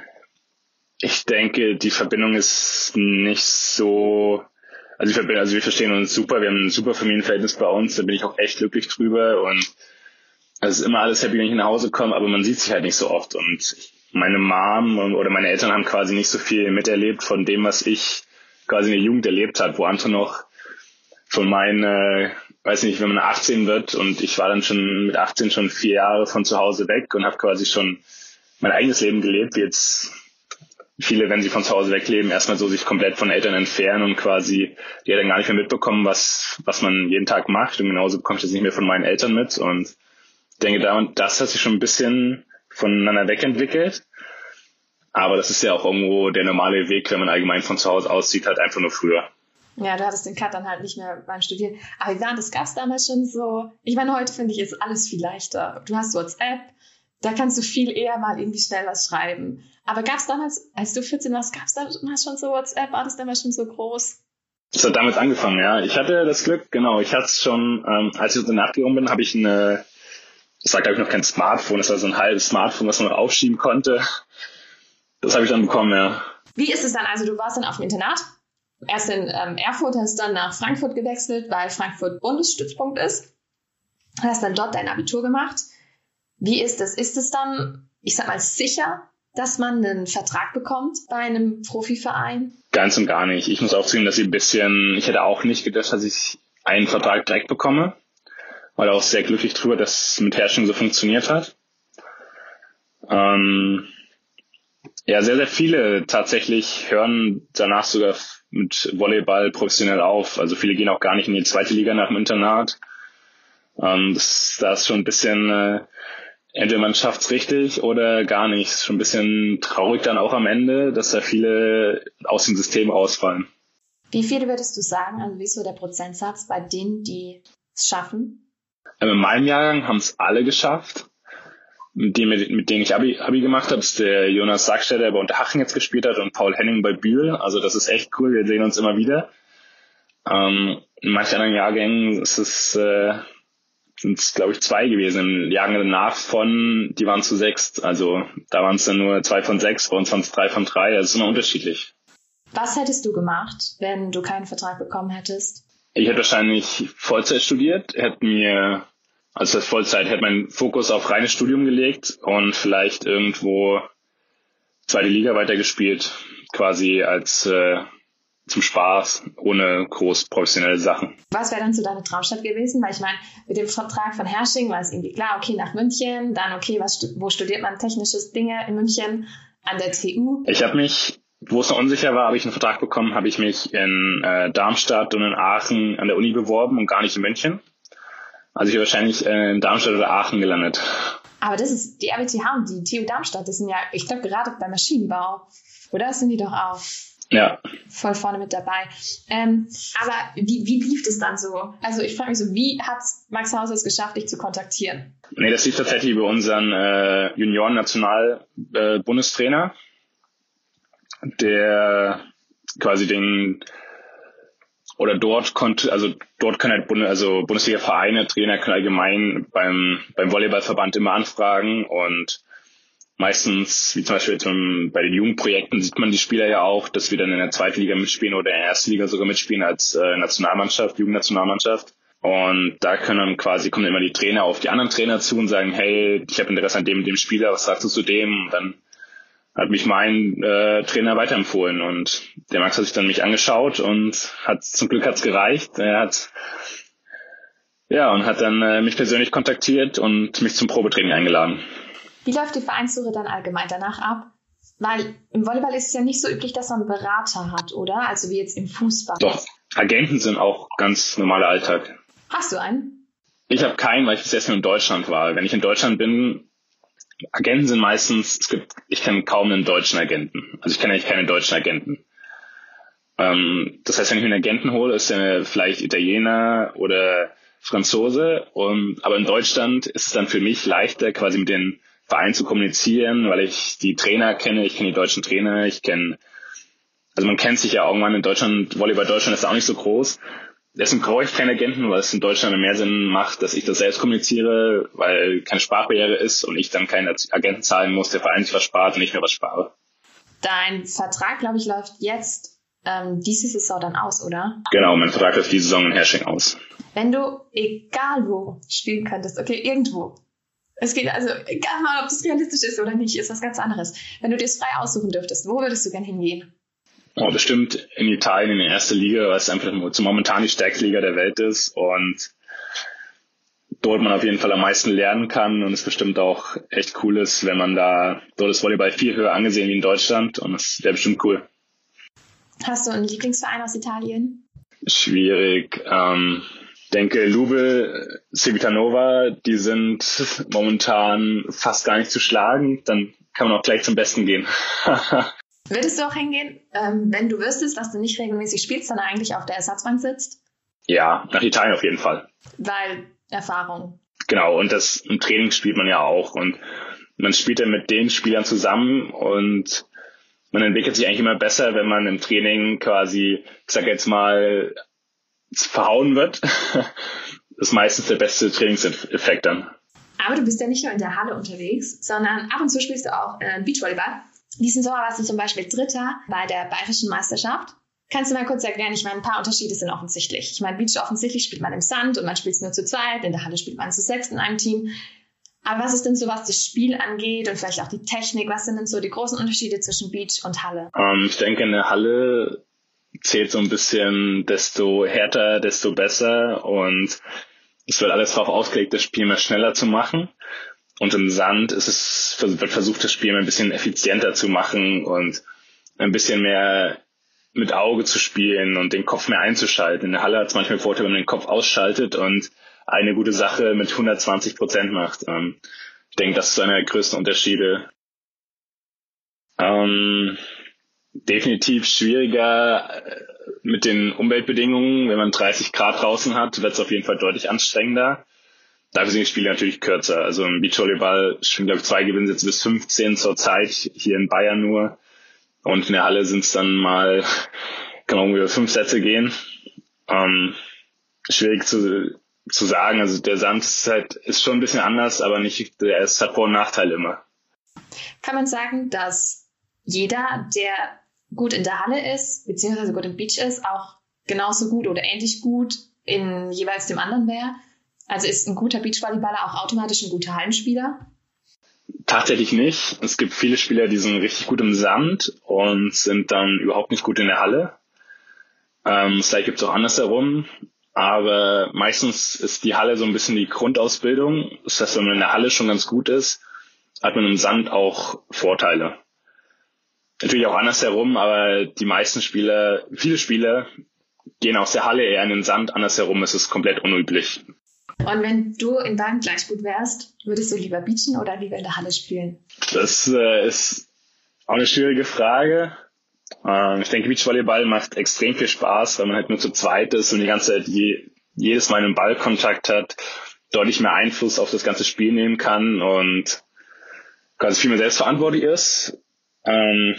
Ich denke, die Verbindung ist nicht so, also, die Verbindung, also wir verstehen uns super, wir haben ein super Familienverhältnis bei uns, da bin ich auch echt glücklich drüber und es ist immer alles happy, wenn ich nach Hause komme, aber man sieht sich halt nicht so oft und meine Mom oder meine Eltern haben quasi nicht so viel miterlebt von dem, was ich quasi in der Jugend erlebt hat, wo andere noch von meinen, äh, weiß nicht, wenn man achtzehn wird und ich war dann schon mit achtzehn schon vier Jahre von zu Hause weg und habe quasi schon mein eigenes Leben gelebt, wie jetzt viele, wenn sie von zu Hause wegleben, erstmal so sich komplett von Eltern entfernen und quasi die Eltern gar nicht mehr mitbekommen, was was man jeden Tag macht und genauso bekomme ich das nicht mehr von meinen Eltern mit und ich denke, da und das hat sich schon ein bisschen voneinander wegentwickelt Aber das ist ja auch irgendwo der normale Weg, wenn man allgemein von zu Hause auszieht, halt einfach nur früher. Ja, du hattest den Cut dann halt nicht mehr beim Studieren. Aber wie war das? Gab es damals schon so? Ich meine, heute finde ich, ist alles viel leichter. Du hast WhatsApp, da kannst du viel eher mal irgendwie schnell was schreiben. Aber gab es damals, als du vierzehn warst, gab es damals schon so WhatsApp? War das damals schon so groß? Das hat damals angefangen, ja. Ich hatte das Glück, genau, ich hatte es schon, ähm, als ich so nachgegangen bin, habe ich eine, das war glaube ich noch kein Smartphone, das war so ein halbes Smartphone, was man noch aufschieben konnte. Das habe ich dann bekommen, ja. Wie ist es dann? Also du warst dann auf dem Internat, erst in ähm, Erfurt, hast dann nach Frankfurt gewechselt, weil Frankfurt Bundesstützpunkt ist. Hast dann dort dein Abitur gemacht. Wie ist es? Ist es dann, ich sag mal, sicher, dass man einen Vertrag bekommt bei einem Profiverein? Ganz und gar nicht. Ich muss auch zugeben, dass ich ein bisschen, ich hätte auch nicht gedacht, dass ich einen Vertrag direkt bekomme. War auch sehr glücklich drüber, dass es mit Herrsching so funktioniert hat. Ähm, ja, sehr, sehr viele tatsächlich hören danach sogar mit Volleyball professionell auf. Also viele gehen auch gar nicht in die zweite Liga nach dem Internat. Ähm, das, da ist schon ein bisschen, äh, entweder man schafft es richtig oder gar nicht. Ist schon ein bisschen traurig dann auch am Ende, dass da viele aus dem System rausfallen. Wie viele würdest du sagen, also wie ist so der Prozentsatz bei denen, die es schaffen? Ähm, in meinem Jahrgang haben es alle geschafft. Mit denen, mit, mit denen ich Abi, Abi gemacht habe, ist der Jonas Sackstetter, der bei Unterhaching jetzt gespielt hat, und Paul Henning bei Bühl. Also das ist echt cool, wir sehen uns immer wieder. Ähm, in manchen anderen Jahrgängen ist es, äh, sind es, glaube ich, zwei gewesen. Im Jahrgang danach von, die waren zu sechs. Also da waren es dann nur zwei von sechs, bei uns waren es drei von drei. Also es ist immer unterschiedlich. Was hättest du gemacht, wenn du keinen Vertrag bekommen hättest? Ich hätte wahrscheinlich Vollzeit studiert, hätte mir, also das Vollzeit, hätte meinen Fokus auf reines Studium gelegt und vielleicht irgendwo zweite Liga weitergespielt, quasi als äh, zum Spaß, ohne groß professionelle Sachen. Was wäre dann so deine Traumstadt gewesen? Weil ich meine, mit dem Vertrag von Herrsching war es irgendwie klar, okay, nach München, dann okay, was, wo studiert man technisches Dinge in München? An der T U? Ich habe mich, wo es noch unsicher war, habe ich einen Vertrag bekommen, habe ich mich in äh, Darmstadt und in Aachen an der Uni beworben und gar nicht in München. Also ich wäre wahrscheinlich äh, in Darmstadt oder Aachen gelandet. Aber das ist die R W T H und die T U Darmstadt, das sind ja, ich glaube, gerade beim Maschinenbau, oder? Sind die doch auch ja voll vorne mit dabei. Ähm, aber wie, wie lief das dann so? Also ich frage mich so, wie hat Max Hauser es geschafft, dich zu kontaktieren? Nee, das lief tatsächlich über unseren äh, Junioren-National-Bundestrainer, äh, der quasi den oder dort konnte, also dort können halt Bund, also Bundesliga-Vereine, Trainer können allgemein beim beim Volleyballverband immer anfragen, und meistens, wie zum Beispiel jetzt bei den Jugendprojekten, sieht man die Spieler ja auch, dass wir dann in der zweiten Liga mitspielen oder in der ersten Liga sogar mitspielen als äh, Nationalmannschaft, Jugendnationalmannschaft. Und da können dann quasi, kommen immer die Trainer auf die anderen Trainer zu und sagen, hey, ich habe Interesse an dem und dem Spieler, was sagst du zu dem? Und dann hat mich mein äh, Trainer weiterempfohlen, und der Max hat sich dann mich angeschaut und hat, zum Glück hat's gereicht. Er hat ja und hat dann äh, mich persönlich kontaktiert und mich zum Probetraining eingeladen. Wie läuft die Vereinssuche dann allgemein danach ab? Weil im Volleyball ist es ja nicht so üblich, dass man einen Berater hat, oder? Also wie jetzt im Fußball. Doch, Agenten sind auch ganz normaler Alltag. Hast du einen? Ich habe keinen, weil ich bis jetzt nur in Deutschland war. Wenn ich in Deutschland bin, Agenten sind meistens, es gibt, ich kenne kaum einen deutschen Agenten. Also ich kenne eigentlich keine deutschen Agenten. Ähm, das heißt, wenn ich mir einen Agenten hole, ist er vielleicht Italiener oder Franzose. Und, aber in Deutschland ist es dann für mich leichter, quasi mit den Verein zu kommunizieren, weil ich die Trainer kenne, ich kenne die deutschen Trainer, ich kenne, also man kennt sich ja irgendwann in Deutschland, Volleyball Deutschland ist auch nicht so groß. Deswegen brauche ich keinen Agenten, weil es in Deutschland mehr Sinn macht, dass ich das selbst kommuniziere, weil keine Sprachbarriere ist und ich dann keinen Agenten zahlen muss, der Verein sich was spart und ich mir was spare. Dein Vertrag, glaube ich, läuft jetzt ähm, diese Saison dann aus, oder? Genau, mein Vertrag läuft diese Saison in Herrsching aus. Wenn du egal wo spielen könntest, okay, irgendwo, es geht also, egal mal, ob das realistisch ist oder nicht, ist was ganz anderes. Wenn du dir es frei aussuchen dürftest, wo würdest du gern hingehen? Oh, bestimmt in Italien in der ersten Liga, weil es einfach zum momentan die stärkste Liga der Welt ist und dort man auf jeden Fall am meisten lernen kann, und es bestimmt auch echt cool ist, wenn man da, dort ist Volleyball viel höher angesehen wie in Deutschland, und das wäre bestimmt cool. Hast du einen Lieblingsverein aus Italien? Schwierig. Ähm, denke, Lube, Civitanova, die sind momentan fast gar nicht zu schlagen. Dann kann man auch gleich zum Besten gehen. Würdest du auch hingehen, ähm, wenn du wüsstest, dass du nicht regelmäßig spielst, sondern eigentlich auf der Ersatzbank sitzt? Ja, nach Italien auf jeden Fall. Weil Erfahrung. Genau, und das im Training spielt man ja auch. Und man spielt dann mit den Spielern zusammen und man entwickelt sich eigentlich immer besser, wenn man im Training quasi, ich sag jetzt mal, verhauen wird. Das ist meistens der beste Trainingseffekt dann. Aber du bist ja nicht nur in der Halle unterwegs, sondern ab und zu spielst du auch äh, Beachvolleyball. Diesen Sommer warst du zum Beispiel Dritter bei der Bayerischen Meisterschaft. Kannst du mal kurz erklären? Ich meine, ein paar Unterschiede sind offensichtlich. Ich meine, Beach offensichtlich spielt man im Sand und man spielt es nur zu zweit. In der Halle spielt man zu sechs in einem Team. Aber was ist denn so, was das Spiel angeht und vielleicht auch die Technik? Was sind denn so die großen Unterschiede zwischen Beach und Halle? Ähm, ich denke, in der Halle zählt so ein bisschen, desto härter, desto besser. Und es wird alles darauf ausgelegt, das Spiel mehr schneller zu machen. Und im Sand ist es, wird versucht, das Spiel ein bisschen effizienter zu machen und ein bisschen mehr mit Auge zu spielen und den Kopf mehr einzuschalten. In der Halle hat es manchmal Vorteil, wenn man den Kopf ausschaltet und eine gute Sache mit hundertzwanzig Prozent macht. Ähm, ich denke, das ist einer der größten Unterschiede. Ähm, definitiv schwieriger mit den Umweltbedingungen. Wenn man dreißig Grad draußen hat, wird es auf jeden Fall deutlich anstrengender. Dafür sind die Spiele natürlich kürzer. Also im Beachvolleyball spielen, glaube ich, zwei Gewinnsätze bis fünfzehn zur Zeit, hier in Bayern nur. Und in der Halle sind es dann mal, kann man irgendwie fünf Sätze gehen. Ähm, schwierig zu, zu sagen. Also der Sand ist, halt, ist schon ein bisschen anders, aber nicht, der ist, hat Vor- und Nachteile immer. Kann man sagen, dass jeder, der gut in der Halle ist, beziehungsweise gut im Beach ist, auch genauso gut oder ähnlich gut in jeweils dem anderen wäre? Also ist ein guter Beachvolleyballer auch automatisch ein guter Hallenspieler? Tatsächlich nicht. Es gibt viele Spieler, die sind richtig gut im Sand und sind dann überhaupt nicht gut in der Halle. Ähm, vielleicht gibt es auch andersherum. Aber meistens ist die Halle so ein bisschen die Grundausbildung. Das heißt, wenn man in der Halle schon ganz gut ist, hat man im Sand auch Vorteile. Natürlich auch andersherum, aber die meisten Spieler, viele Spieler gehen aus der Halle eher in den Sand. Andersherum ist es komplett unüblich. Und wenn du in beiden gleich gut wärst, würdest du lieber beachen oder lieber in der Halle spielen? Das äh, ist auch eine schwierige Frage. Ähm, ich denke, Beachvolleyball macht extrem viel Spaß, weil man halt nur zu zweit ist und die ganze Zeit je, jedes Mal einen Ballkontakt hat, deutlich mehr Einfluss auf das ganze Spiel nehmen kann und quasi viel mehr selbstverantwortlich ist. Ähm,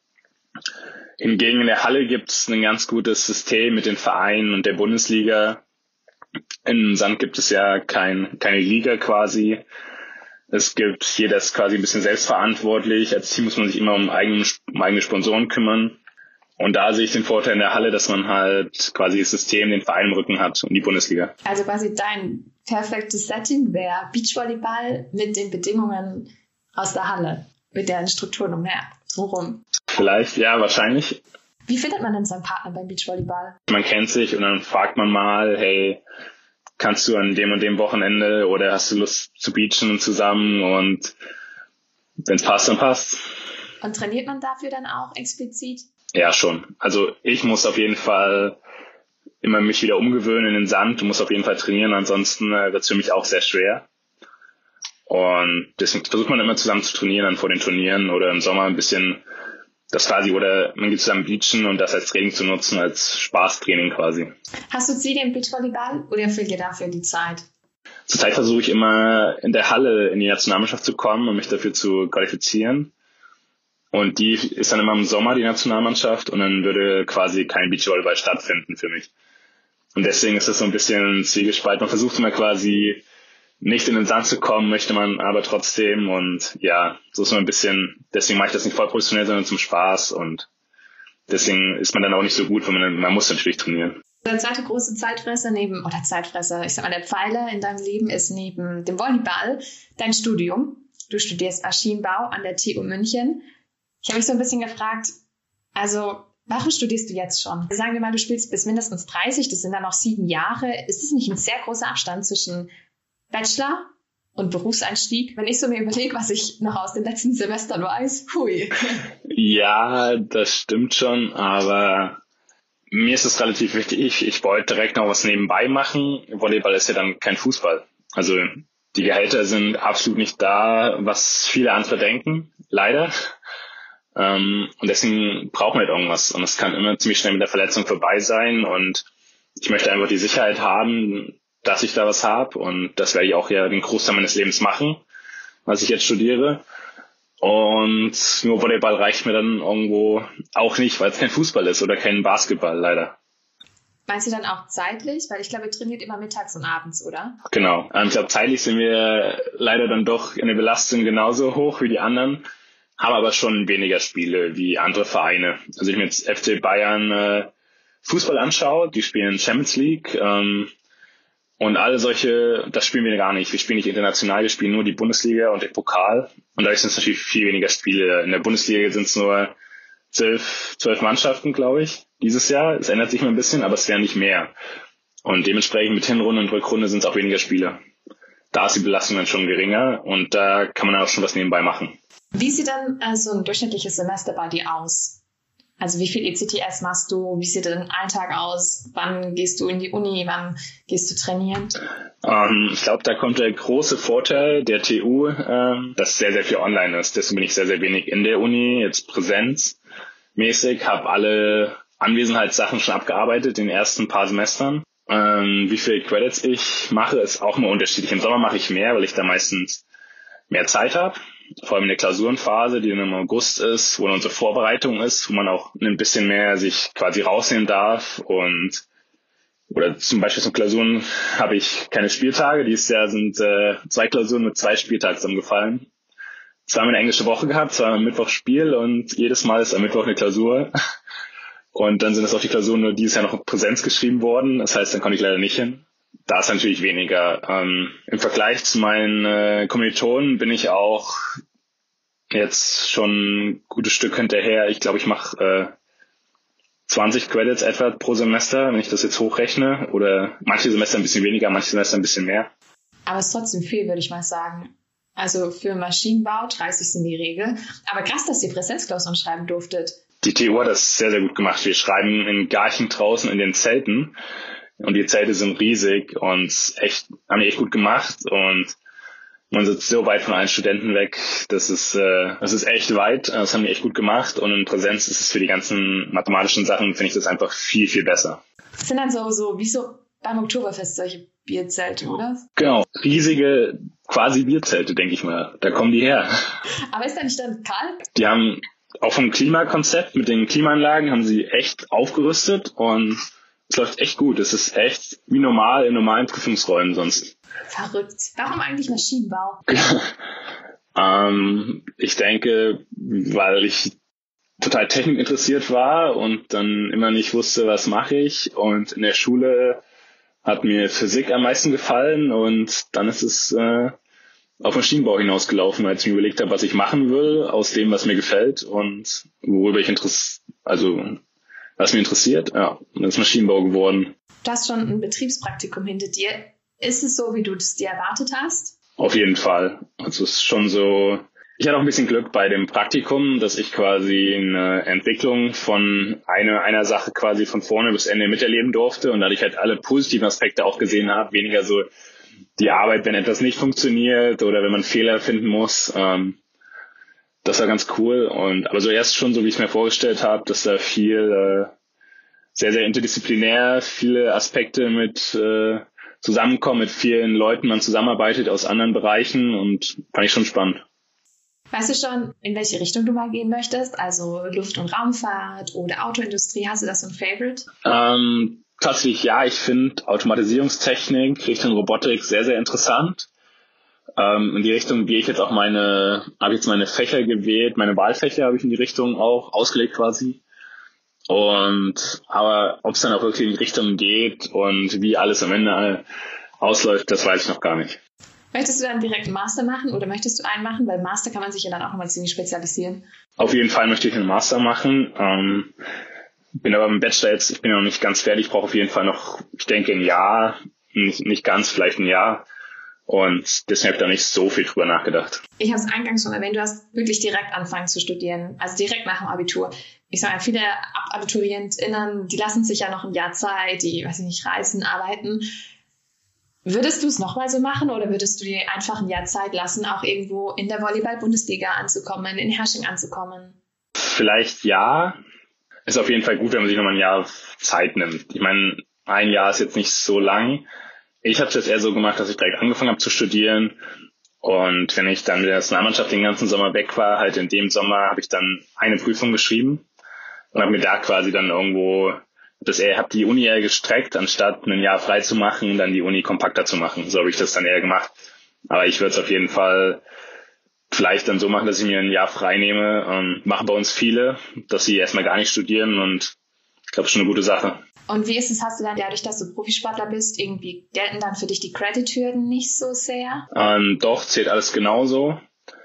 hingegen in der Halle gibt es ein ganz gutes System mit den Vereinen und der Bundesliga. Im Sand gibt es ja kein, keine Liga quasi. Es gibt, jeder ist quasi ein bisschen selbstverantwortlich. Als Team muss man sich immer um eigene, um eigene Sponsoren kümmern. Und da sehe ich den Vorteil in der Halle, dass man halt quasi das System, den Verein im Rücken hat und die Bundesliga. Also quasi dein perfektes Setting wäre Beachvolleyball mit den Bedingungen aus der Halle, mit deren Strukturen umher, drumherum. Vielleicht, ja, wahrscheinlich. Wie findet man denn seinen Partner beim Beachvolleyball? Man kennt sich und dann fragt man mal, hey, kannst du an dem und dem Wochenende oder hast du Lust zu beachen zusammen? Und wenn es passt, dann passt. Und trainiert man dafür dann auch explizit? Ja, schon. Also ich muss auf jeden Fall immer mich wieder umgewöhnen in den Sand. Du musst auf jeden Fall trainieren, ansonsten äh, wird es für mich auch sehr schwer. Und deswegen versucht man immer zusammen zu trainieren, dann vor den Turnieren oder im Sommer ein bisschen das quasi, oder man geht zusammen beachen und das als Training zu nutzen, als Spaßtraining quasi. Hast du Ziele im Beachvolleyball oder fehlt dir dafür die Zeit? Zurzeit versuche ich immer in der Halle in die Nationalmannschaft zu kommen und mich dafür zu qualifizieren. Und die ist dann immer im Sommer, die Nationalmannschaft, und dann würde quasi kein Beachvolleyball stattfinden für mich. Und deswegen ist das so ein bisschen Zwiegespalt. Man versucht immer quasi nicht in den Sand zu kommen, möchte man aber trotzdem, und ja, so ist man ein bisschen, deswegen mache ich das nicht voll professionell, sondern zum Spaß, und deswegen ist man dann auch nicht so gut, weil man, man muss natürlich trainieren. Der zweite große Zeitfresser neben, oder Zeitfresser, ich sag mal, der Pfeiler in deinem Leben ist neben dem Volleyball dein Studium. Du studierst Maschinenbau an der T U München. Ich habe mich so ein bisschen gefragt, also warum studierst du jetzt schon? Sagen wir mal, du spielst bis mindestens dreißig, das sind dann noch sieben Jahre. Ist das nicht ein sehr großer Abstand zwischen Bachelor und Berufseinstieg? Wenn ich so mir überlege, was ich noch aus den letzten Semestern weiß, hui. Ja, das stimmt schon, aber mir ist es relativ wichtig. Ich, ich wollte direkt noch was nebenbei machen. Volleyball ist ja dann kein Fußball. Also Die Gehälter sind absolut nicht da, was viele andere denken, leider. Ähm, und deswegen brauchen wir halt irgendwas. Und es kann immer ziemlich schnell mit der Verletzung vorbei sein. Und ich möchte einfach die Sicherheit haben, dass ich da was habe. Und das werde ich auch ja den Großteil meines Lebens machen, was ich jetzt studiere. Und nur Volleyball reicht mir dann irgendwo auch nicht, weil es kein Fußball ist oder kein Basketball, leider. Meinst du dann auch zeitlich? Weil ich glaube, ihr trainiert immer mittags und abends, oder? Genau. Ich glaube, zeitlich sind wir leider dann doch in der Belastung genauso hoch wie die anderen, haben aber schon weniger Spiele wie andere Vereine. Also ich mir jetzt F C Bayern äh, Fußball anschaue, die spielen Champions League ähm, und alle solche, das spielen wir gar nicht. Wir spielen nicht international, wir spielen nur die Bundesliga und den Pokal. Und dadurch sind es natürlich viel weniger Spiele. In der Bundesliga sind es nur zwölf, zwölf Mannschaften, glaube ich, dieses Jahr. Es ändert sich mal ein bisschen, aber es wäre nicht mehr. Und dementsprechend mit Hinrunde und Rückrunde sind es auch weniger Spiele. Da ist die Belastung dann schon geringer und da kann man dann auch schon was nebenbei machen. Wie sieht dann äh, so ein durchschnittliches Semester bei dir aus? Also wie viel E C T S machst du? Wie sieht dein Alltag aus? Wann gehst du in die Uni? Wann gehst du trainieren? Ähm, ich glaube, da kommt der große Vorteil der T U, ähm, dass sehr, sehr viel online ist. Deswegen bin ich sehr, sehr wenig in der Uni, jetzt präsenzmäßig, habe alle Anwesenheitssachen schon abgearbeitet in den ersten paar Semestern. Ähm, wie viele Credits ich mache, ist auch immer unterschiedlich. Im Sommer mache ich mehr, weil ich da meistens mehr Zeit habe. Vor allem in der Klausurenphase, die dann im August ist, wo dann unsere Vorbereitung ist, wo man auch ein bisschen mehr sich quasi rausnehmen darf. Und oder zum Beispiel zum Klausuren habe ich keine Spieltage. Dieses Jahr sind äh, zwei Klausuren mit zwei Spieltagen zusammengefallen. Zweimal eine englische Woche gehabt, zweimal am Mittwoch Spiel und jedes Mal ist am Mittwoch eine Klausur. Und dann sind es auch die Klausuren nur dieses Jahr noch in Präsenz geschrieben worden. Das heißt, dann konnte ich leider nicht hin. Da ist natürlich weniger. Ähm, im Vergleich zu meinen äh, Kommilitonen bin ich auch jetzt schon ein gutes Stück hinterher. Ich glaube, ich mache äh, zwanzig Credits etwa pro Semester, wenn ich das jetzt hochrechne. Oder manche Semester ein bisschen weniger, manche Semester ein bisschen mehr. Aber es ist trotzdem viel, würde ich mal sagen. Also für Maschinenbau dreißig sind die Regel. Aber krass, dass ihr Präsenzklausuren schreiben durftet. Die T U hat das sehr, sehr gut gemacht. Wir schreiben in Garching draußen in den Zelten. Und die Zelte sind riesig und echt, haben die echt gut gemacht. Und man sitzt so weit von allen Studenten weg. Das ist, äh, das ist echt weit. Das haben die echt gut gemacht. Und in Präsenz ist es für die ganzen mathematischen Sachen, finde ich das einfach viel, viel besser. Das sind dann so, so wie so beim Oktoberfest solche Bierzelte, oder? Genau. Riesige, quasi Bierzelte, denke ich mal. Da kommen die her. Aber ist da nicht dann kalt? Die haben auch vom Klimakonzept mit den Klimaanlagen haben sie echt aufgerüstet und es läuft echt gut. Es ist echt wie normal in normalen Prüfungsräumen sonst. Verrückt. Warum eigentlich Maschinenbau? ähm, ich denke, weil ich total technikinteressiert war und dann immer nicht wusste, was mache ich. Und in der Schule hat mir Physik am meisten gefallen und dann ist es äh, auf Maschinenbau hinausgelaufen, als ich mir überlegt habe, was ich machen will, aus dem, was mir gefällt und worüber ich interessiere, also was mich interessiert, ja, und das ist Maschinenbau geworden. Du hast schon ein Betriebspraktikum hinter dir. Ist es so, wie du es dir erwartet hast? Auf jeden Fall. Also es ist schon so, ich hatte auch ein bisschen Glück bei dem Praktikum, dass ich quasi eine Entwicklung von einer, einer Sache quasi von vorne bis Ende miterleben durfte und dadurch halt alle positiven Aspekte auch gesehen habe, weniger so die Arbeit, wenn etwas nicht funktioniert oder wenn man Fehler finden muss. Ähm, Das war ganz cool. Und aber so erst schon so, wie ich es mir vorgestellt habe, dass da viel äh, sehr, sehr interdisziplinär, viele Aspekte mit äh, zusammenkommen, mit vielen Leuten man zusammenarbeitet aus anderen Bereichen und fand ich schon spannend. Weißt du schon, in welche Richtung du mal gehen möchtest? Also Luft- und Raumfahrt oder Autoindustrie? Hast du das so ein Favorite? Ähm, tatsächlich ja, ich finde Automatisierungstechnik Richtung Robotik sehr, sehr interessant. Ähm, in die Richtung gehe ich jetzt auch meine, habe jetzt meine Fächer gewählt, meine Wahlfächer habe ich in die Richtung auch ausgelegt quasi. Und aber ob es dann auch wirklich in die Richtung geht und wie alles am Ende ausläuft, das weiß ich noch gar nicht. Möchtest du dann direkt einen Master machen oder möchtest du einen machen? Weil Master kann man sich ja dann auch nochmal ziemlich spezialisieren. Auf jeden Fall möchte ich einen Master machen. Ähm, bin aber im Bachelor jetzt, ich bin noch nicht ganz fertig, brauche auf jeden Fall noch, ich denke ein Jahr, nicht, nicht ganz, vielleicht ein Jahr. Und deswegen habe ich da nicht so viel drüber nachgedacht. Ich habe es eingangs schon erwähnt, du hast wirklich direkt angefangen zu studieren, also direkt nach dem Abitur. Ich sage mal, viele AbiturientInnen, die lassen sich ja noch ein Jahr Zeit, die, weiß ich nicht, reisen, arbeiten. Würdest du es nochmal so machen oder würdest du dir einfach ein Jahr Zeit lassen, auch irgendwo in der Volleyball-Bundesliga anzukommen, in Herrsching anzukommen? Vielleicht ja. Ist auf jeden Fall gut, wenn man sich nochmal ein Jahr Zeit nimmt. Ich meine, ein Jahr ist jetzt nicht so lang. Ich habe es jetzt eher so gemacht, dass ich direkt angefangen habe zu studieren. Und wenn ich dann mit der Nationalmannschaft den ganzen Sommer weg war, halt in dem Sommer habe ich dann eine Prüfung geschrieben und habe mir da quasi dann irgendwo das eher, habe die Uni eher gestreckt, anstatt ein Jahr frei zu machen, dann die Uni kompakter zu machen. So habe ich das dann eher gemacht. Aber ich würde es auf jeden Fall vielleicht dann so machen, dass ich mir ein Jahr frei nehme. Ähm, machen bei uns viele, dass sie erstmal gar nicht studieren und ich glaube, das ist schon eine gute Sache. Und wie ist es, hast du dann dadurch, dass du Profisportler bist, irgendwie gelten dann für dich die Credit-Hürden nicht so sehr? Ähm, doch, zählt alles genauso.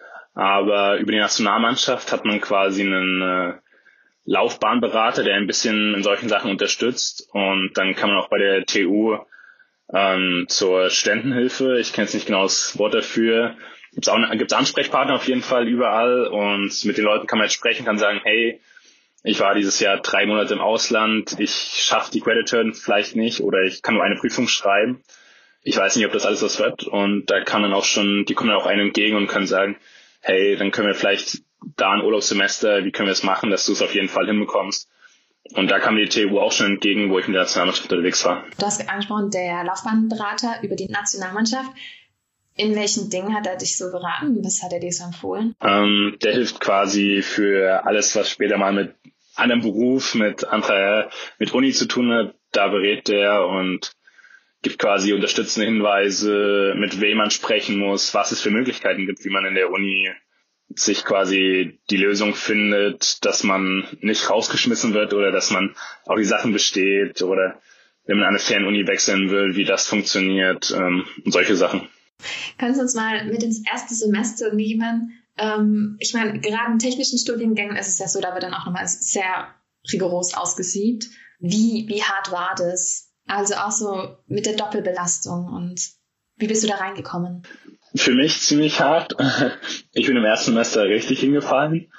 Aber über die Nationalmannschaft hat man quasi einen äh, Laufbahnberater, der ein bisschen in solchen Sachen unterstützt. Und dann kann man auch bei der T U ähm, zur Studentenhilfe, ich kenne jetzt nicht genau das Wort dafür, Gibt es auch gibt's Ansprechpartner auf jeden Fall überall und mit den Leuten kann man jetzt sprechen, kann sagen, hey, ich war dieses Jahr drei Monate im Ausland, ich schaffe die Credit-Hürden vielleicht nicht oder ich kann nur eine Prüfung schreiben. Ich weiß nicht, ob das alles was wird und da kann dann auch schon, die kommen dann auch einem entgegen und können sagen, hey, dann können wir vielleicht da ein Urlaubssemester, wie können wir es machen, dass du es auf jeden Fall hinbekommst. Und da kam die T U auch schon entgegen, wo ich mit der Nationalmannschaft unterwegs war. Du hast angesprochen, der Laufbahnberater über die Nationalmannschaft. In welchen Dingen hat er dich so beraten? Was hat er dir so empfohlen? Ähm, der hilft quasi für alles, was später mal mit einem Beruf, mit anderer, mit Uni zu tun hat. Da berät der und gibt quasi unterstützende Hinweise, mit wem man sprechen muss, was es für Möglichkeiten gibt, wie man in der Uni sich quasi die Lösung findet, dass man nicht rausgeschmissen wird oder dass man auch die Sachen besteht oder wenn man an eine Fernuni wechseln will, wie das funktioniert ähm, und solche Sachen. Kannst du uns mal mit ins erste Semester nehmen? Ähm, ich meine, gerade in technischen Studiengängen ist es ja so, da wird dann auch nochmal sehr rigoros ausgesiebt. Wie, wie hart war das? Also auch so mit der Doppelbelastung und wie bist du da reingekommen? Für mich ziemlich hart. Ich bin im ersten Semester richtig hingefallen.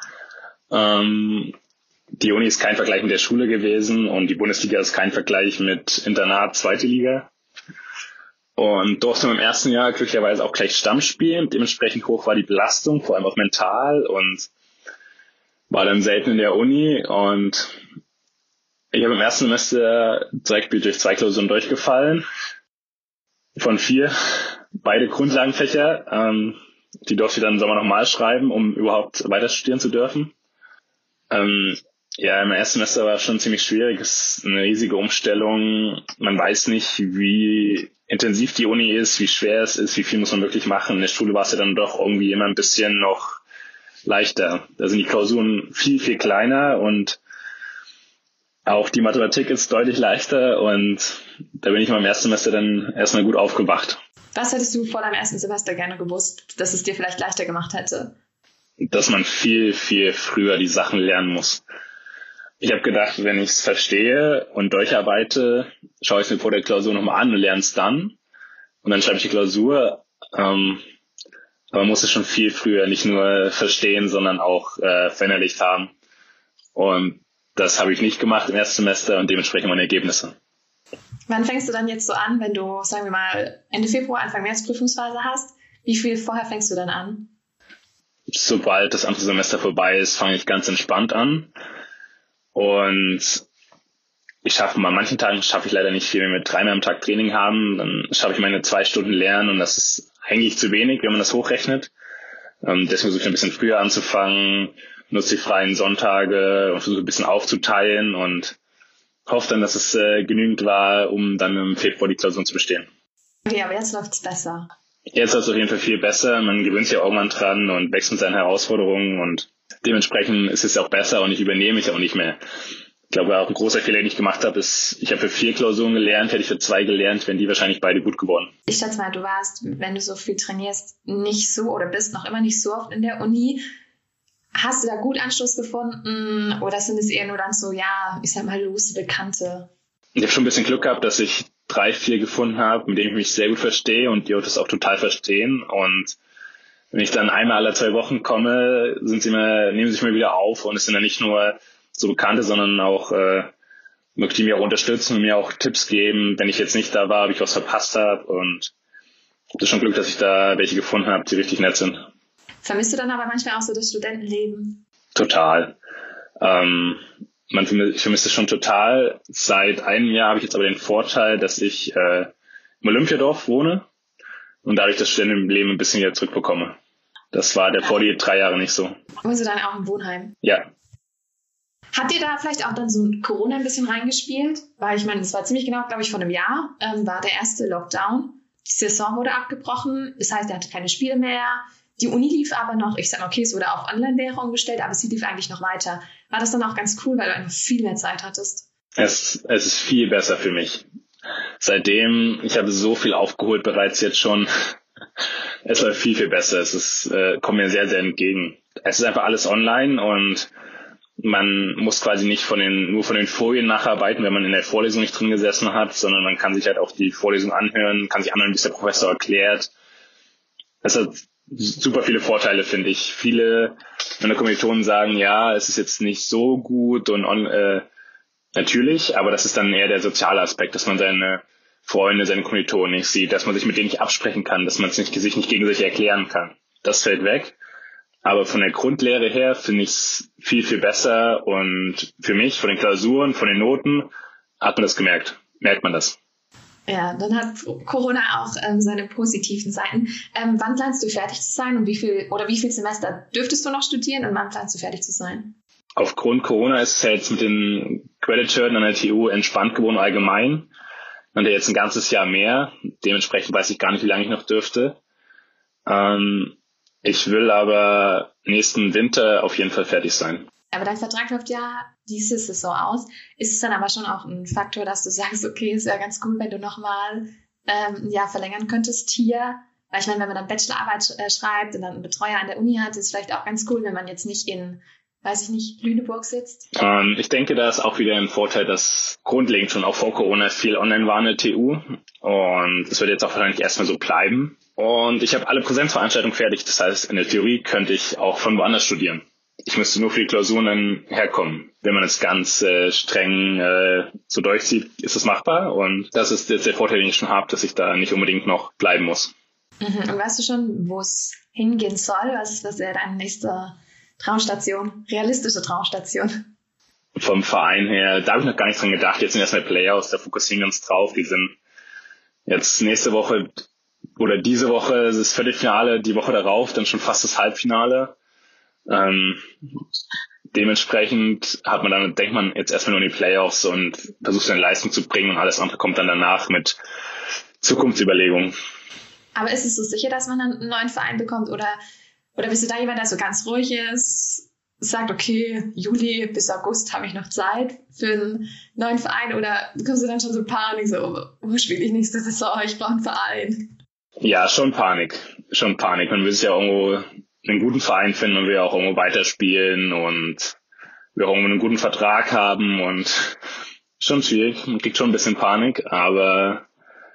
Ähm, die Uni ist kein Vergleich mit der Schule gewesen und die Bundesliga ist kein Vergleich mit Internat, zweite Liga. Und durfte im ersten Jahr glücklicherweise auch gleich Stamm spielen. Dementsprechend hoch war die Belastung, vor allem auch mental und war dann selten in der Uni. Und ich habe im ersten Semester direkt durch zwei Klausuren durchgefallen. Von vier. Beide Grundlagenfächer. Ähm, die durfte ich dann im Sommer nochmal schreiben, um überhaupt weiter studieren zu dürfen. Ähm, ja, im ersten Semester war es schon ziemlich schwierig. Es ist eine riesige Umstellung. Man weiß nicht, wie intensiv die Uni ist, wie schwer es ist, wie viel muss man wirklich machen. In der Schule war es ja dann doch irgendwie immer ein bisschen noch leichter. Da sind die Klausuren viel, viel kleiner und auch die Mathematik ist deutlich leichter und da bin ich mal im ersten Semester dann erstmal gut aufgewacht. Was hättest du vor deinem ersten Semester gerne gewusst, dass es dir vielleicht leichter gemacht hätte? Dass man viel, viel früher die Sachen lernen muss. Ich habe gedacht, wenn ich es verstehe und durcharbeite, schaue ich es mir vor der Klausur nochmal an und lerne es dann. Und dann schreibe ich die Klausur. Ähm, aber man muss es schon viel früher nicht nur verstehen, sondern auch äh, verinnerlicht haben. Und das habe ich nicht gemacht im ersten Semester und dementsprechend meine Ergebnisse. Wann fängst du dann jetzt so an, wenn du, sagen wir mal, Ende Februar, Anfang März Prüfungsphase hast? Wie viel vorher fängst du dann an? Sobald das andere Semester vorbei ist, fange ich ganz entspannt an. Und ich schaffe mal, an manchen Tagen schaffe ich leider nicht viel, wenn wir dreimal am Tag Training haben, dann schaffe ich meine zwei Stunden Lernen und das ist eigentlich zu wenig, wenn man das hochrechnet. Ähm, deswegen versuche ich ein bisschen früher anzufangen, nutze die freien Sonntage und versuche ein bisschen aufzuteilen und hoffe dann, dass es äh, genügend war, um dann im Februar die Klausuren zu bestehen. Okay, aber jetzt läuft es besser. Jetzt läuft es auf jeden Fall viel besser. Man gewöhnt sich ja irgendwann dran und wächst mit seinen Herausforderungen und dementsprechend ist es auch besser und ich übernehme mich auch nicht mehr. Ich glaube, auch ein großer Fehler, den ich gemacht habe, ist, ich habe für vier Klausuren gelernt, hätte ich für zwei gelernt, wären die wahrscheinlich beide gut geworden. Ich schätze mal, du warst, wenn du so viel trainierst, nicht so oder bist noch immer nicht so oft in der Uni. Hast du da gut Anschluss gefunden oder sind es eher nur dann so, ja, ich sag mal, lose Bekannte? Ich habe schon ein bisschen Glück gehabt, dass ich drei, vier gefunden habe, mit denen ich mich sehr gut verstehe und die das auch total verstehen. Und wenn ich dann einmal alle zwei Wochen komme, sind sie immer, nehmen sie sich mal wieder auf und es sind dann nicht nur so Bekannte, sondern auch äh, die mir auch unterstützen und mir auch Tipps geben, wenn ich jetzt nicht da war, ob ich was verpasst habe. Und das ist schon Glück, dass ich da welche gefunden habe, die richtig nett sind. Vermisst du dann aber manchmal auch so das Studentenleben? Total. Ähm, man vermisst, ich vermisse es schon total. Seit einem Jahr habe ich jetzt aber den Vorteil, dass ich äh, im Olympiadorf wohne und dadurch das Studentenleben ein bisschen wieder zurückbekomme. Das war der vor die drei Jahre nicht so. Wohnst du dann auch im Wohnheim? Ja. Hat dir da vielleicht auch dann so ein Corona ein bisschen reingespielt? Weil ich meine, es war ziemlich genau, glaube ich, vor einem Jahr, ähm, war der erste Lockdown. Die Saison wurde abgebrochen. Das heißt, er hatte keine Spiele mehr. Die Uni lief aber noch. Ich sage, okay, es wurde auf Online-Lehre umgestellt, aber sie lief eigentlich noch weiter. War das dann auch ganz cool, weil du einfach viel mehr Zeit hattest? Es, es ist viel besser für mich. Seitdem, ich habe so viel aufgeholt bereits jetzt schon. Es war viel, viel besser. Es ist, äh, kommt mir sehr, sehr entgegen. Es ist einfach alles online und man muss quasi nicht von den, nur von den Folien nacharbeiten, wenn man in der Vorlesung nicht drin gesessen hat, sondern man kann sich halt auch die Vorlesung anhören, kann sich anhören, wie es der Professor erklärt. Es hat super viele Vorteile, finde ich. Viele meiner Kommilitonen sagen, ja, es ist jetzt nicht so gut und on, äh, natürlich, aber das ist dann eher der soziale Aspekt, dass man seine Freunde, seine Kommilitonen nicht sieht, dass man sich mit denen nicht absprechen kann, dass man es nicht, sich nicht gegenseitig erklären kann. Das fällt weg. Aber von der Grundlehre her finde ich es viel, viel besser und für mich, von den Klausuren, von den Noten, hat man das gemerkt. Merkt man das. Ja, dann hat Corona auch ähm, seine positiven Seiten. Ähm, wann planst du fertig zu sein und wie viel oder wie viel Semester dürftest du noch studieren und wann planst du fertig zu sein? Aufgrund Corona ist es ja jetzt mit den Credit-Hürden an der T U entspannt geworden allgemein. Und jetzt ein ganzes Jahr mehr. Dementsprechend weiß ich gar nicht, wie lange ich noch dürfte. Ähm, Ich will aber nächsten Winter auf jeden Fall fertig sein. Aber dein Vertrag läuft ja diese Saison aus. Ist es dann aber schon auch ein Faktor, dass du sagst, okay, es wäre ganz cool, wenn du nochmal ähm, ein Jahr verlängern könntest hier? Weil ich meine, wenn man dann Bachelorarbeit äh, schreibt und dann einen Betreuer an der Uni hat, ist es vielleicht auch ganz cool, wenn man jetzt nicht in, weiß ich nicht, Lüneburg sitzt. Ähm, ich denke, da ist auch wieder ein Vorteil, dass grundlegend schon auch vor Corona viel online war in der T U. Und es wird jetzt auch wahrscheinlich erstmal so bleiben. Und ich habe alle Präsenzveranstaltungen fertig. Das heißt, in der Theorie könnte ich auch von woanders studieren. Ich müsste nur für die Klausuren dann herkommen. Wenn man es ganz äh, streng äh, so durchzieht, ist es machbar. Und das ist jetzt der Vorteil, den ich schon habe, dass ich da nicht unbedingt noch bleiben muss. Mhm. Und weißt du schon, wo es hingehen soll? Was, was wäre deine nächste Traumstation? Realistische Traumstation? Vom Verein her, da habe ich noch gar nicht dran gedacht. Jetzt sind erstmal Playoffs, da fokussieren wir uns drauf. Die sind jetzt nächste Woche oder diese Woche ist das Viertelfinale, die Woche darauf dann schon fast das Halbfinale. Ähm, dementsprechend hat man dann, denkt man jetzt erstmal nur in die Playoffs und versucht seine Leistung zu bringen und alles andere kommt dann danach mit Zukunftsüberlegungen. Aber ist es so sicher, dass man dann einen neuen Verein bekommt oder, oder bist du da jemand, der so ganz ruhig ist, sagt, okay, Juli bis August habe ich noch Zeit für einen neuen Verein oder kommst du dann schon so Panik, so, wo spiele ich nächste Saison, ich brauche einen Verein? Ja, schon Panik, schon Panik. Man will sich ja irgendwo einen guten Verein finden und will auch irgendwo weiterspielen und will auch irgendwo einen guten Vertrag haben und schon schwierig, man kriegt schon ein bisschen Panik, aber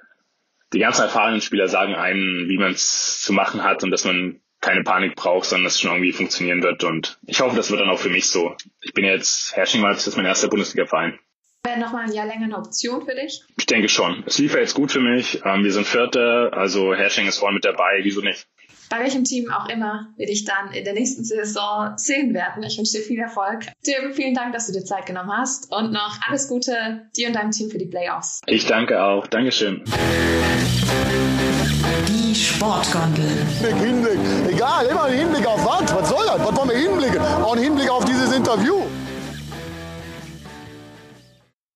die ganzen erfahrenen Spieler sagen einem, wie man es zu machen hat und dass man keine Panik braucht, sondern dass es schon irgendwie funktionieren wird und ich hoffe, das wird dann auch für mich so. Ich bin jetzt, Herrsching mal, das ist mein erster Bundesliga-Verein. Wäre nochmal ein Jahr länger eine Option für dich? Ich denke schon. Es lief ja jetzt gut für mich. Ähm, wir sind Vierter, also Herrsching ist vorne mit dabei, wieso nicht? Bei welchem Team auch immer wir dich dann in der nächsten Saison sehen werden. Ich wünsche dir viel Erfolg. Tim, vielen Dank, dass du dir Zeit genommen hast und noch alles Gute dir und deinem Team für die Playoffs. Ich danke auch. Dankeschön. Die Sportgondel. Hinblick, Hinblick. Egal, immer ein Hinblick auf was? Was soll das? Was wollen wir hinblicken? Auch ein Hinblick auf dieses Interview.